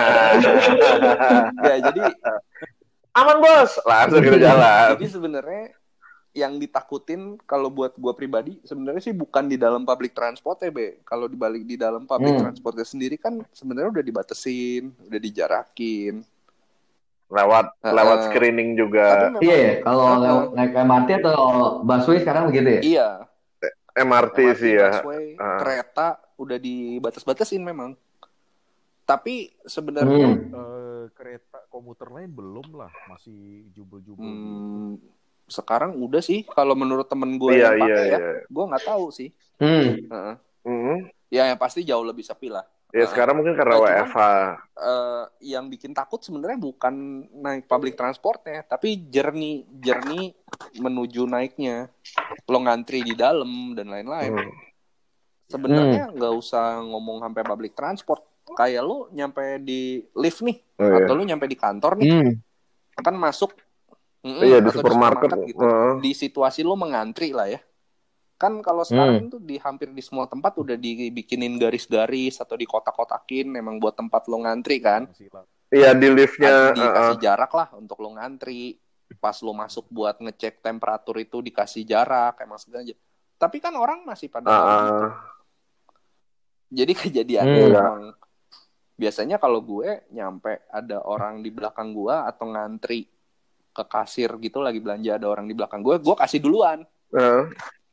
S1: Ya, jadi
S3: aman bos, langsung kita jalan.
S1: Jadi sebenarnya yang ditakutin kalau buat gue pribadi sebenarnya sih bukan di dalam public transport ya, Be. Kalau dibalik di dalam public hmm. transportnya sendiri kan sebenarnya udah dibatesin, udah dijarakin.
S3: Lewat uh, lewat screening juga.
S2: Memang, iya, kalau uh, naik M R T atau busway sekarang begitu ya?
S1: Iya.
S3: M R T, M R T sih ya.
S1: Busway, uh. kereta udah dibatas-batasin memang. Tapi sebenarnya
S5: hmm. uh, kereta komuter lain belum lah, masih jubel-jubel. Hmm,
S1: sekarang udah sih, kalau menurut temen gue
S3: yeah,
S1: yang pakai
S3: yeah,
S1: ya,
S3: yeah.
S1: gue nggak tahu sih.
S2: Hmm.
S1: Uh-uh.
S3: Mm-hmm.
S1: Ya yang pasti jauh lebih sepi lah.
S3: Ya uh-uh. sekarang mungkin karena nah, W F H.
S1: Cuman, uh, yang bikin takut sebenarnya bukan naik public transportnya, tapi journey journey menuju naiknya. Lo ngantri di dalam dan lain-lain. Hmm. Sebenarnya nggak hmm. usah ngomong sampai public transport. Kayak lu nyampe di lift nih, oh, atau iya. lu nyampe di kantor nih, hmm. kan masuk,
S3: iya, di supermarket,
S1: di supermarket gitu. Uh. Di situasi lu mengantri lah ya. Kan kalau sekarang hmm. tuh di hampir di semua tempat udah dibikinin garis-garis atau dikotak-kotakin, memang buat tempat lu ngantri kan.
S3: Iya, di liftnya.
S1: Dikasih
S3: uh-uh.
S1: jarak lah untuk lu ngantri. Pas lu masuk buat ngecek temperatur itu dikasih jarak, emang segala aja. Tapi kan orang masih pada uh-uh. gitu. Jadi kejadiannya hmm. emang biasanya kalau gue nyampe ada orang di belakang gue atau ngantri ke kasir gitu lagi belanja ada orang di belakang gue, gue kasih duluan.
S3: Uh.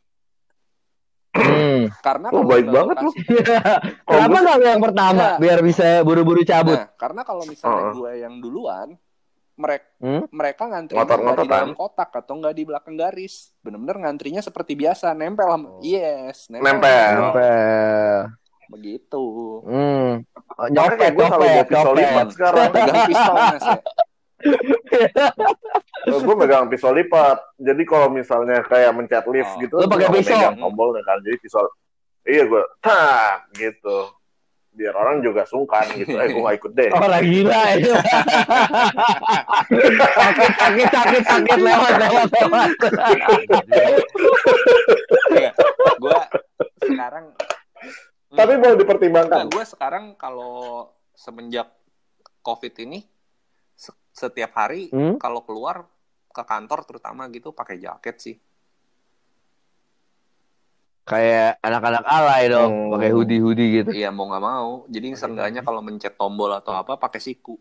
S2: Hmm.
S1: Karena
S3: oh, baik banget lu.
S2: Kenapa nggak yang pertama nah, biar bisa buru-buru cabut?
S1: Nah, karena kalau misalnya uh. gue yang duluan, mereka
S2: hmm?
S1: mereka ngantri nggak di dalam kotak atau nggak di belakang garis, benar-benar ngantrinya seperti biasa, nempel. Oh. Yes, nempel.
S3: Nempel.
S2: nempel.
S1: Begitu.
S2: Hmm. Oh, nyopet, gue selalu bawa
S3: pistol lipat sekarang.
S1: Pegang pistol mas ya.
S3: Gue megang pistol lipat. Jadi kalau misalnya kayak mencet lift oh. gitu,
S2: lu pakai pisau.
S3: Megang tombol kan, jadi pistol. Iya gue, tak gitu. Biar orang juga sungkan gitu. Eh gue gak ikut deh.
S2: Oh lagi gila ya. sakit sakit sakit sakit lewat lewat lewat.
S1: Gue sekarang
S3: tapi boleh dipertimbangkan.
S1: Nah, gue sekarang kalau semenjak COVID ini setiap hari hmm? kalau keluar ke kantor terutama gitu pakai jaket sih.
S2: Kayak anak-anak alay dong, hmm. pakai hoodie-hoodie gitu.
S1: Iya, mau nggak mau. Jadi seenggaknya kalau mencet tombol atau apa pakai siku.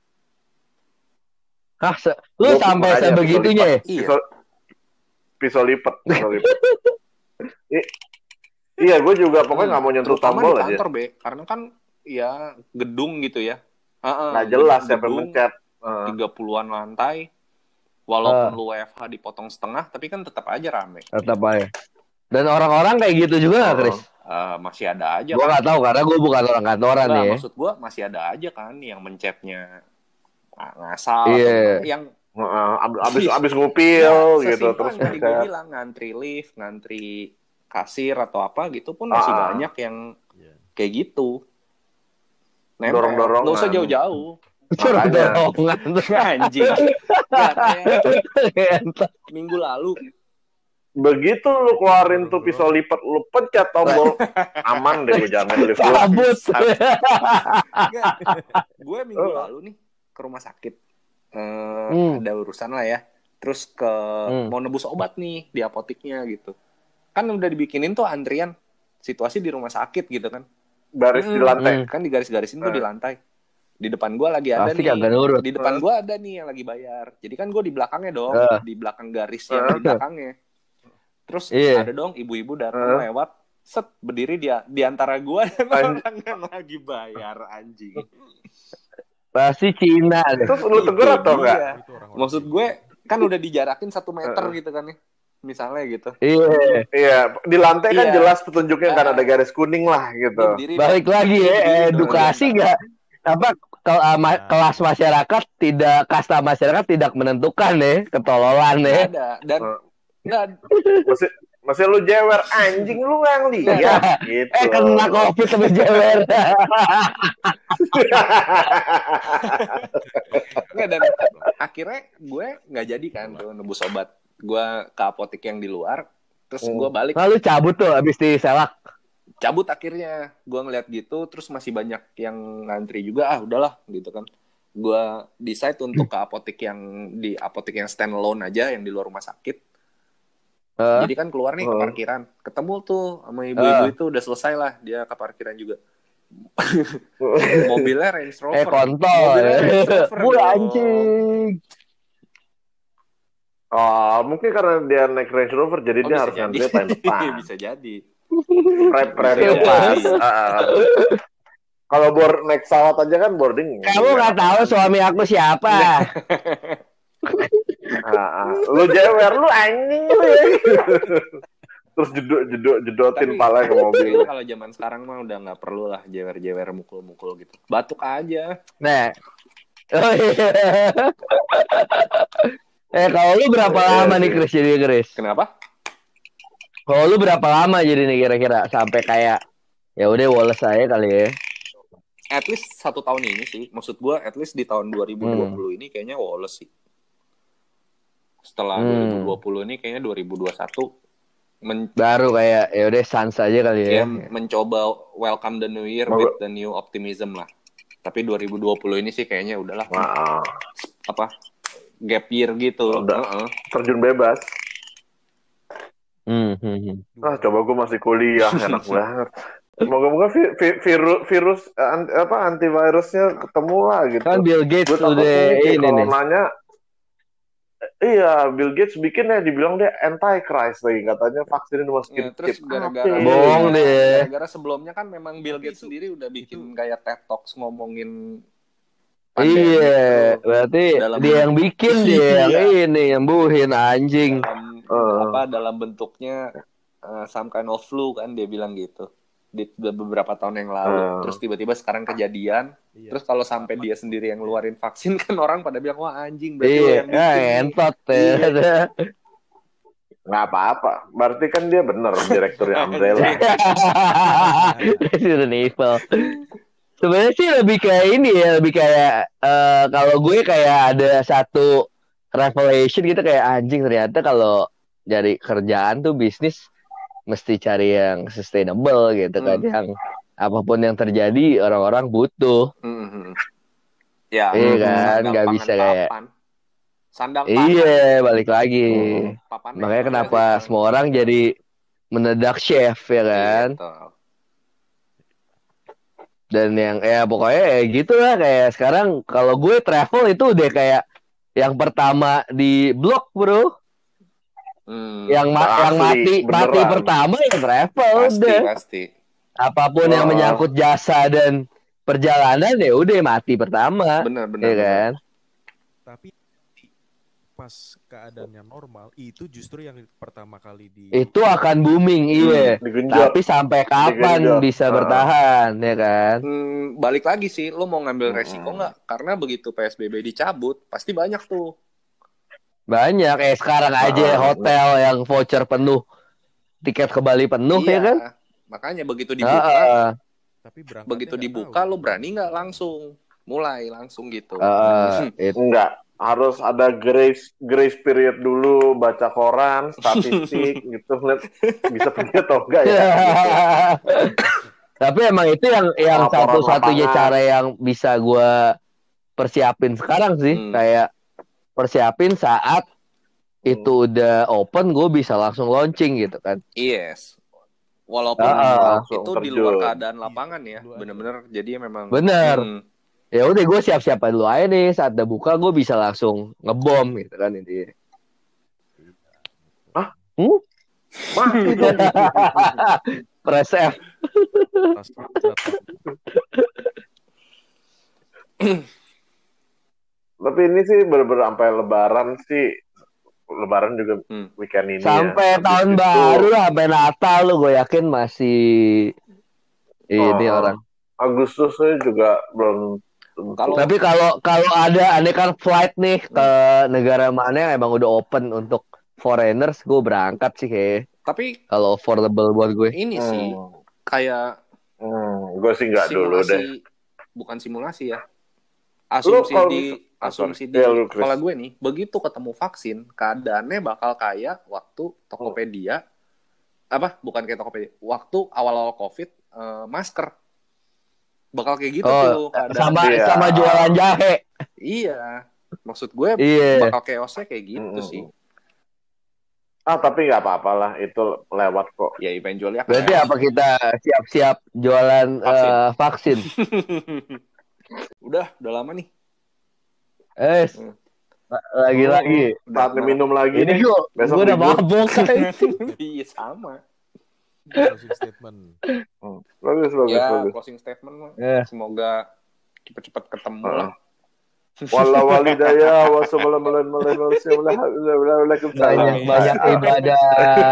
S2: Hah, se- lu Gua sampai sebegitunya ya?
S3: Iya. Pisau, pisau lipat, pisau lipat. I- iya, gue juga pokoknya nggak hmm. mau nyentuh tombol aja.
S1: Kantor, Be. Karena kan ya gedung gitu ya.
S3: Uh-uh, nggak jelas siapa yang mencet.
S1: tiga puluhan lantai. Walaupun uh. lu W F H dipotong setengah, tapi kan tetap aja rame.
S2: Tetap aja. Dan orang-orang kayak gitu juga nggak, uh, Chris?
S1: Uh, masih ada aja.
S2: Gue nggak kan? tahu karena gue bukan orang kantoran nih.
S1: Ya. Maksud gue masih ada aja kan yang mencetnya ngasal.
S2: Iya.
S1: Yang
S3: uh, abis abis ngupil ya, gitu terus
S1: tadi gue bilang ngantri lift, ngantri kasir atau apa gitu pun masih uh. banyak yang kayak gitu.
S3: Dorong-dorong.
S1: Nggak usah jauh-jauh.
S2: Dorong-dorongan.
S1: Anjing. Ya, kayak minggu lalu.
S3: Begitu lu keluarin tuh pisau lipat, lu pencet tombol, aman deh gue jamin lift.
S2: Cabut.
S1: Gue minggu oh. lalu nih ke rumah sakit. Uh, hmm. Ada urusan lah ya. Terus ke hmm. mau nebus obat nih di apoteknya gitu. Kan udah dibikinin tuh antrian. Situasi di rumah sakit gitu kan.
S3: Garis hmm. di lantai.
S1: Hmm. Kan di garis-garisin tuh hmm. di lantai. Di depan gue lagi ada Pasti nih. Di depan gue ada nih yang lagi bayar. Jadi kan gue di belakangnya dong. Uh. Di belakang garis yang uh. di belakangnya. Terus yeah. ada dong ibu-ibu datang uh. lewat. Set, berdiri dia di antara gue dan orang yang lagi bayar, anjing.
S2: Pasti Cina deh.
S3: Terus lu tegur atau enggak?
S1: Maksud gue kan udah dijarakin satu meter uh. gitu kan ya. Misalnya gitu.
S3: Iya. Iya, di lantai yeah. kan jelas petunjuknya uh. kan ada garis kuning lah gitu.
S2: Balik lagi ya, edukasi enggak apa ke, uh, ma- kelas masyarakat tidak kasta masyarakat tidak menentukan ya, ketololan ya.
S1: Ada dan uh. enggak
S3: masih masih lu jewer anjing lu nggak ngeliat gitu.
S2: Eh kena covid sama jewer.
S1: Nggak, dan akhirnya gue nggak jadi kan tuh nebus obat. Gue ke apotek yang di luar, terus gue balik.
S2: Lalu cabut tuh abis diselak.
S1: Cabut akhirnya, gue ngeliat gitu, terus masih banyak yang ngantri juga. Ah udahlah gitu kan. Gue decide untuk ke apotek yang di apotek yang standalone aja, yang di luar rumah sakit. Uh, Jadi kan keluar nih uh, ke parkiran, ketemu tuh sama ibu-ibu uh, itu udah selesai lah dia ke parkiran juga. Mobilnya Range Rover.
S2: Eh kontol. Gue anjing.
S3: Oh mungkin karena dia naik Range Rover jadi oh, dia harus ngantri paling depan.
S1: Bisa jadi.
S3: Prioritas. Kalau bor naik pesawat aja kan boarding.
S2: Kamu nggak tahu suami aku siapa.
S3: Nah, lu jewer lu anjing lu ya. Terus jeduk jeduk jedotin pala ke mobil.
S1: Kalau zaman sekarang mah udah nggak perlu lah jewer-jewer mukul-mukul gitu. Batuk aja.
S2: Nah. Oh, iya. eh kalau lu berapa eh, lama nih Chris jadi Chris?
S1: Kenapa?
S2: Kalau lu berapa lama jadi nih kira-kira sampai kayak ya udah Wallace aja kali ya.
S1: At least satu tahun ini sih. Maksud gue at least di tahun dua ribu dua puluh hmm. ini kayaknya Wallace sih. Setelah hmm. dua ribu dua puluh ini kayaknya dua ribu dua puluh satu men-
S2: baru kayak ya udah sans aja kali ya.
S1: ya mencoba welcome the new year Mau... with the new optimism lah. Tapi dua ribu dua puluh ini sih kayaknya udahlah.
S3: Wow.
S1: Apa gap year gitu.
S3: Udah uh-uh. terjun bebas.
S2: Hmm, hmm, hmm.
S3: Ah coba gue masih kuliah enak banget. Moga-moga vi- vi- virus virus an- apa antivirusnya ketemu lah gitu.
S2: Kan Bill Gates udah ini nih.
S3: Nanya iya, Bill Gates bikin ya dibilang dia anti-Christ lagi katanya vaksin itu masuk
S1: ya, terus gara-gara
S2: bohong deh.
S1: Gara-gara sebelumnya kan memang Bill Gates itu, sendiri udah bikin itu. Kayak TED Talks ngomongin
S2: iya, gitu. Berarti dalam dia yang bikin dia yang ini yang buhin anjing.
S1: Dalam, uh. apa dalam bentuknya uh, some kind of flu kan dia bilang gitu. Di beberapa tahun yang lalu, uh. terus tiba-tiba sekarang kejadian, iya. Terus kalau sampai dia sendiri yang ngeluarin vaksin kan orang pada bilang wah anjing berarti
S2: iya,
S1: yang bikin.
S2: Iya, entot ya.
S3: Nggak apa-apa, berarti kan dia bener direkturnya Umbrella.
S2: Resident Evil. Sebenarnya sih lebih kayak ini ya, lebih kayak uh, kalau gue kayak ada satu revelation gitu kayak anjing ternyata kalau dari kerjaan tuh bisnis mesti cari yang sustainable gitu kan, hmm. yang apapun yang terjadi orang-orang butuh.
S1: Hmm. Ya,
S2: iya kan, nggak bisa kayak.
S1: Sandang
S2: iya, balik lagi. Hmm. Makanya kenapa semua orang jadi menedak chef ya kan. Gitu. Dan yang ya pokoknya ya gitu lah, kayak sekarang kalau gue travel itu udah kayak yang pertama di blok bro. Hmm, yang ma- yang mati beneran. Mati pertama ya travel
S1: pasti,
S2: udah.
S1: Pasti.
S2: Apapun oh. yang menyangkut jasa dan perjalanan ya udah mati pertama.
S1: Benar benar.
S2: Ya kan?
S5: Tapi pas keadaannya normal itu justru yang pertama kali di
S2: itu akan booming iya hmm, tapi sampai kapan digenjot. Bisa uh. bertahan ya kan
S1: hmm, balik lagi sih lo mau ngambil resiko nggak hmm. karena begitu P S B B dicabut pasti banyak tuh
S2: banyak eh sekarang aja uh. hotel yang voucher penuh tiket ke Bali penuh iya. Ya kan
S1: makanya begitu dibuka uh.
S5: tapi
S1: begitu dibuka tahu. Lo berani nggak langsung mulai langsung gitu
S3: uh, itu enggak harus ada grace grace period dulu, baca koran, statistik gitu, lihat bisa pergi atau enggak ya.
S2: Tapi emang itu yang yang satu-satunya cara yang bisa gue persiapin sekarang sih, hmm. kayak persiapin saat hmm. itu udah open, gue bisa langsung launching gitu kan.
S1: Yes. Walaupun uh, itu terjun. Di luar keadaan lapangan ya, bener-bener. Jadi memang.
S2: Bener. Hmm. Ya udah gue siap-siap dulu aja nih saat udah buka gue bisa langsung ngebom gitu kan intinya.
S3: Hah?
S2: Hmm? Mati dong. Press F.
S3: Tapi ini sih bener-bener sampai lebaran sih. Lebaran juga hmm. weekend ini
S2: sampai
S3: ya.
S2: tahun itu... baru lah, sampai Natal lu gue yakin masih ini oh, orang.
S3: Agustusnya juga belum.
S2: Kalo, tapi kalau kalau ada aneka flight nih ke negara mana yang emang udah open untuk foreigners, gue berangkat sih kayak.
S1: Tapi
S2: kalau affordable buat gue.
S1: Ini hmm. sih kayak.
S3: Hmm, gue sih nggak dulu deh.
S1: Bukan simulasi ya. Asumsi lu, di lu, asumsi di ya, kepala gue nih, begitu ketemu vaksin, keadaannya bakal kayak waktu Tokopedia, hmm. apa? Bukan kayak Tokopedia. Waktu awal-awal COVID, uh, masker. Bakal kayak gitu
S2: oh,
S1: tuh
S2: sama iya. sama jualan jahe.
S1: Iya. Maksud gue
S2: iya.
S1: bakal chaosnya kayak gitu mm. sih.
S3: Ah, tapi nggak apa-apa lah, itu lewat kok.
S1: Ya eventually akan.
S2: Berarti apa kita siap-siap jualan vaksin? Uh, vaksin?
S1: udah, udah lama nih.
S2: Eh, hmm. lagi-lagi.
S3: Saatnya minum lagi.
S2: Ini gue, gue udah mabok kan.
S1: Iya sama.
S5: Closing statement.
S3: Hmm. Bagus, bagus,
S1: ya,
S3: bagus.
S1: Closing statement. Yeah. Semoga cepat-cepat ketemu uh. lah.
S3: Walla walidaya wa sallallahu alaihi wasallam.
S2: Banyak ibadah.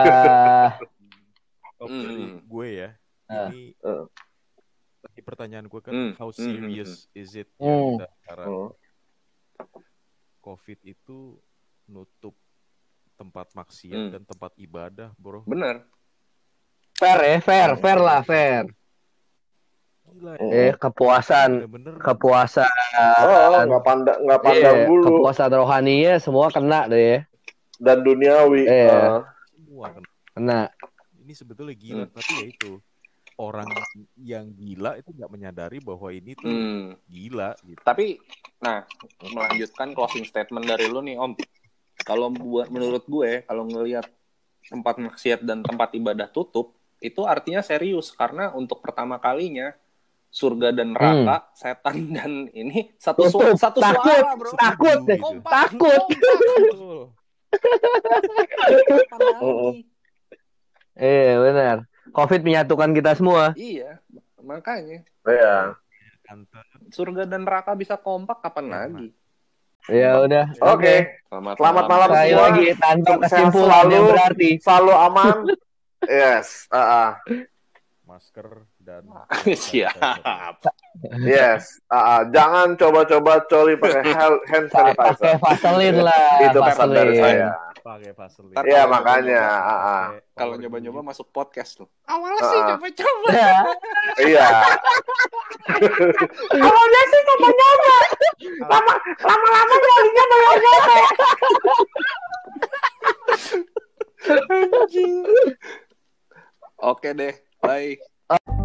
S5: Hmm. Gue ya. Ini uh. pertanyaan gue kan hmm. how serious hmm. is it hmm. ya, karena hmm. COVID itu nutup tempat maksiat hmm. dan tempat ibadah, bro.
S1: Bener.
S2: Fair ya, fair, fair lah, fair. Gila, ya. Eh, kepuasan, bener-bener. kepuasan.
S3: Oh, nggak pandang, nggak pandang eh, bulu.
S2: Kepuasan rohaninya semua kena deh ya.
S3: Dan duniawi.
S2: Eh, uh. Semua kena. kena.
S5: Ini sebetulnya gila, hmm. tapi ya itu orang yang gila itu nggak menyadari bahwa ini tuh hmm. gila. Gitu.
S1: Tapi, nah, melanjutkan closing statement dari lu nih, Om. Kalau buat menurut gue, kalau ngelihat tempat maksiat dan tempat ibadah tutup, itu artinya serius karena untuk pertama kalinya surga dan neraka, hmm. setan dan ini satu suara, satu
S2: takut,
S1: suara, bro.
S2: Takut, kompak, takut. Eh, benar. COVID menyatukan kita semua.
S1: Iya, makanya.
S3: Iya.
S1: Surga dan neraka bisa kompak kapan ya, lagi?
S2: Ya udah.
S3: Oke. Okay.
S1: Selamat,
S3: Selamat malam, malam
S2: semua. Lagi tanpa kesimpulan yang berarti
S3: selalu aman. Yes, uh, uh.
S5: masker dan
S1: siap.
S3: Yes, uh, uh. jangan coba-coba coli pakai hand sanitizer.
S2: Pakai Vaseline lah.
S3: Itu pesan dari saya.
S5: Pakai Vaseline.
S3: Iya makanya. Uh, uh.
S1: Kalau nyoba-nyoba masuk podcast tuh. Awalnya uh, sih coba-coba.
S3: Iya.
S2: Awalnya sih coba-coba. Lama lama-lama jadinya banyak-banyak.
S1: Oke deh, bye.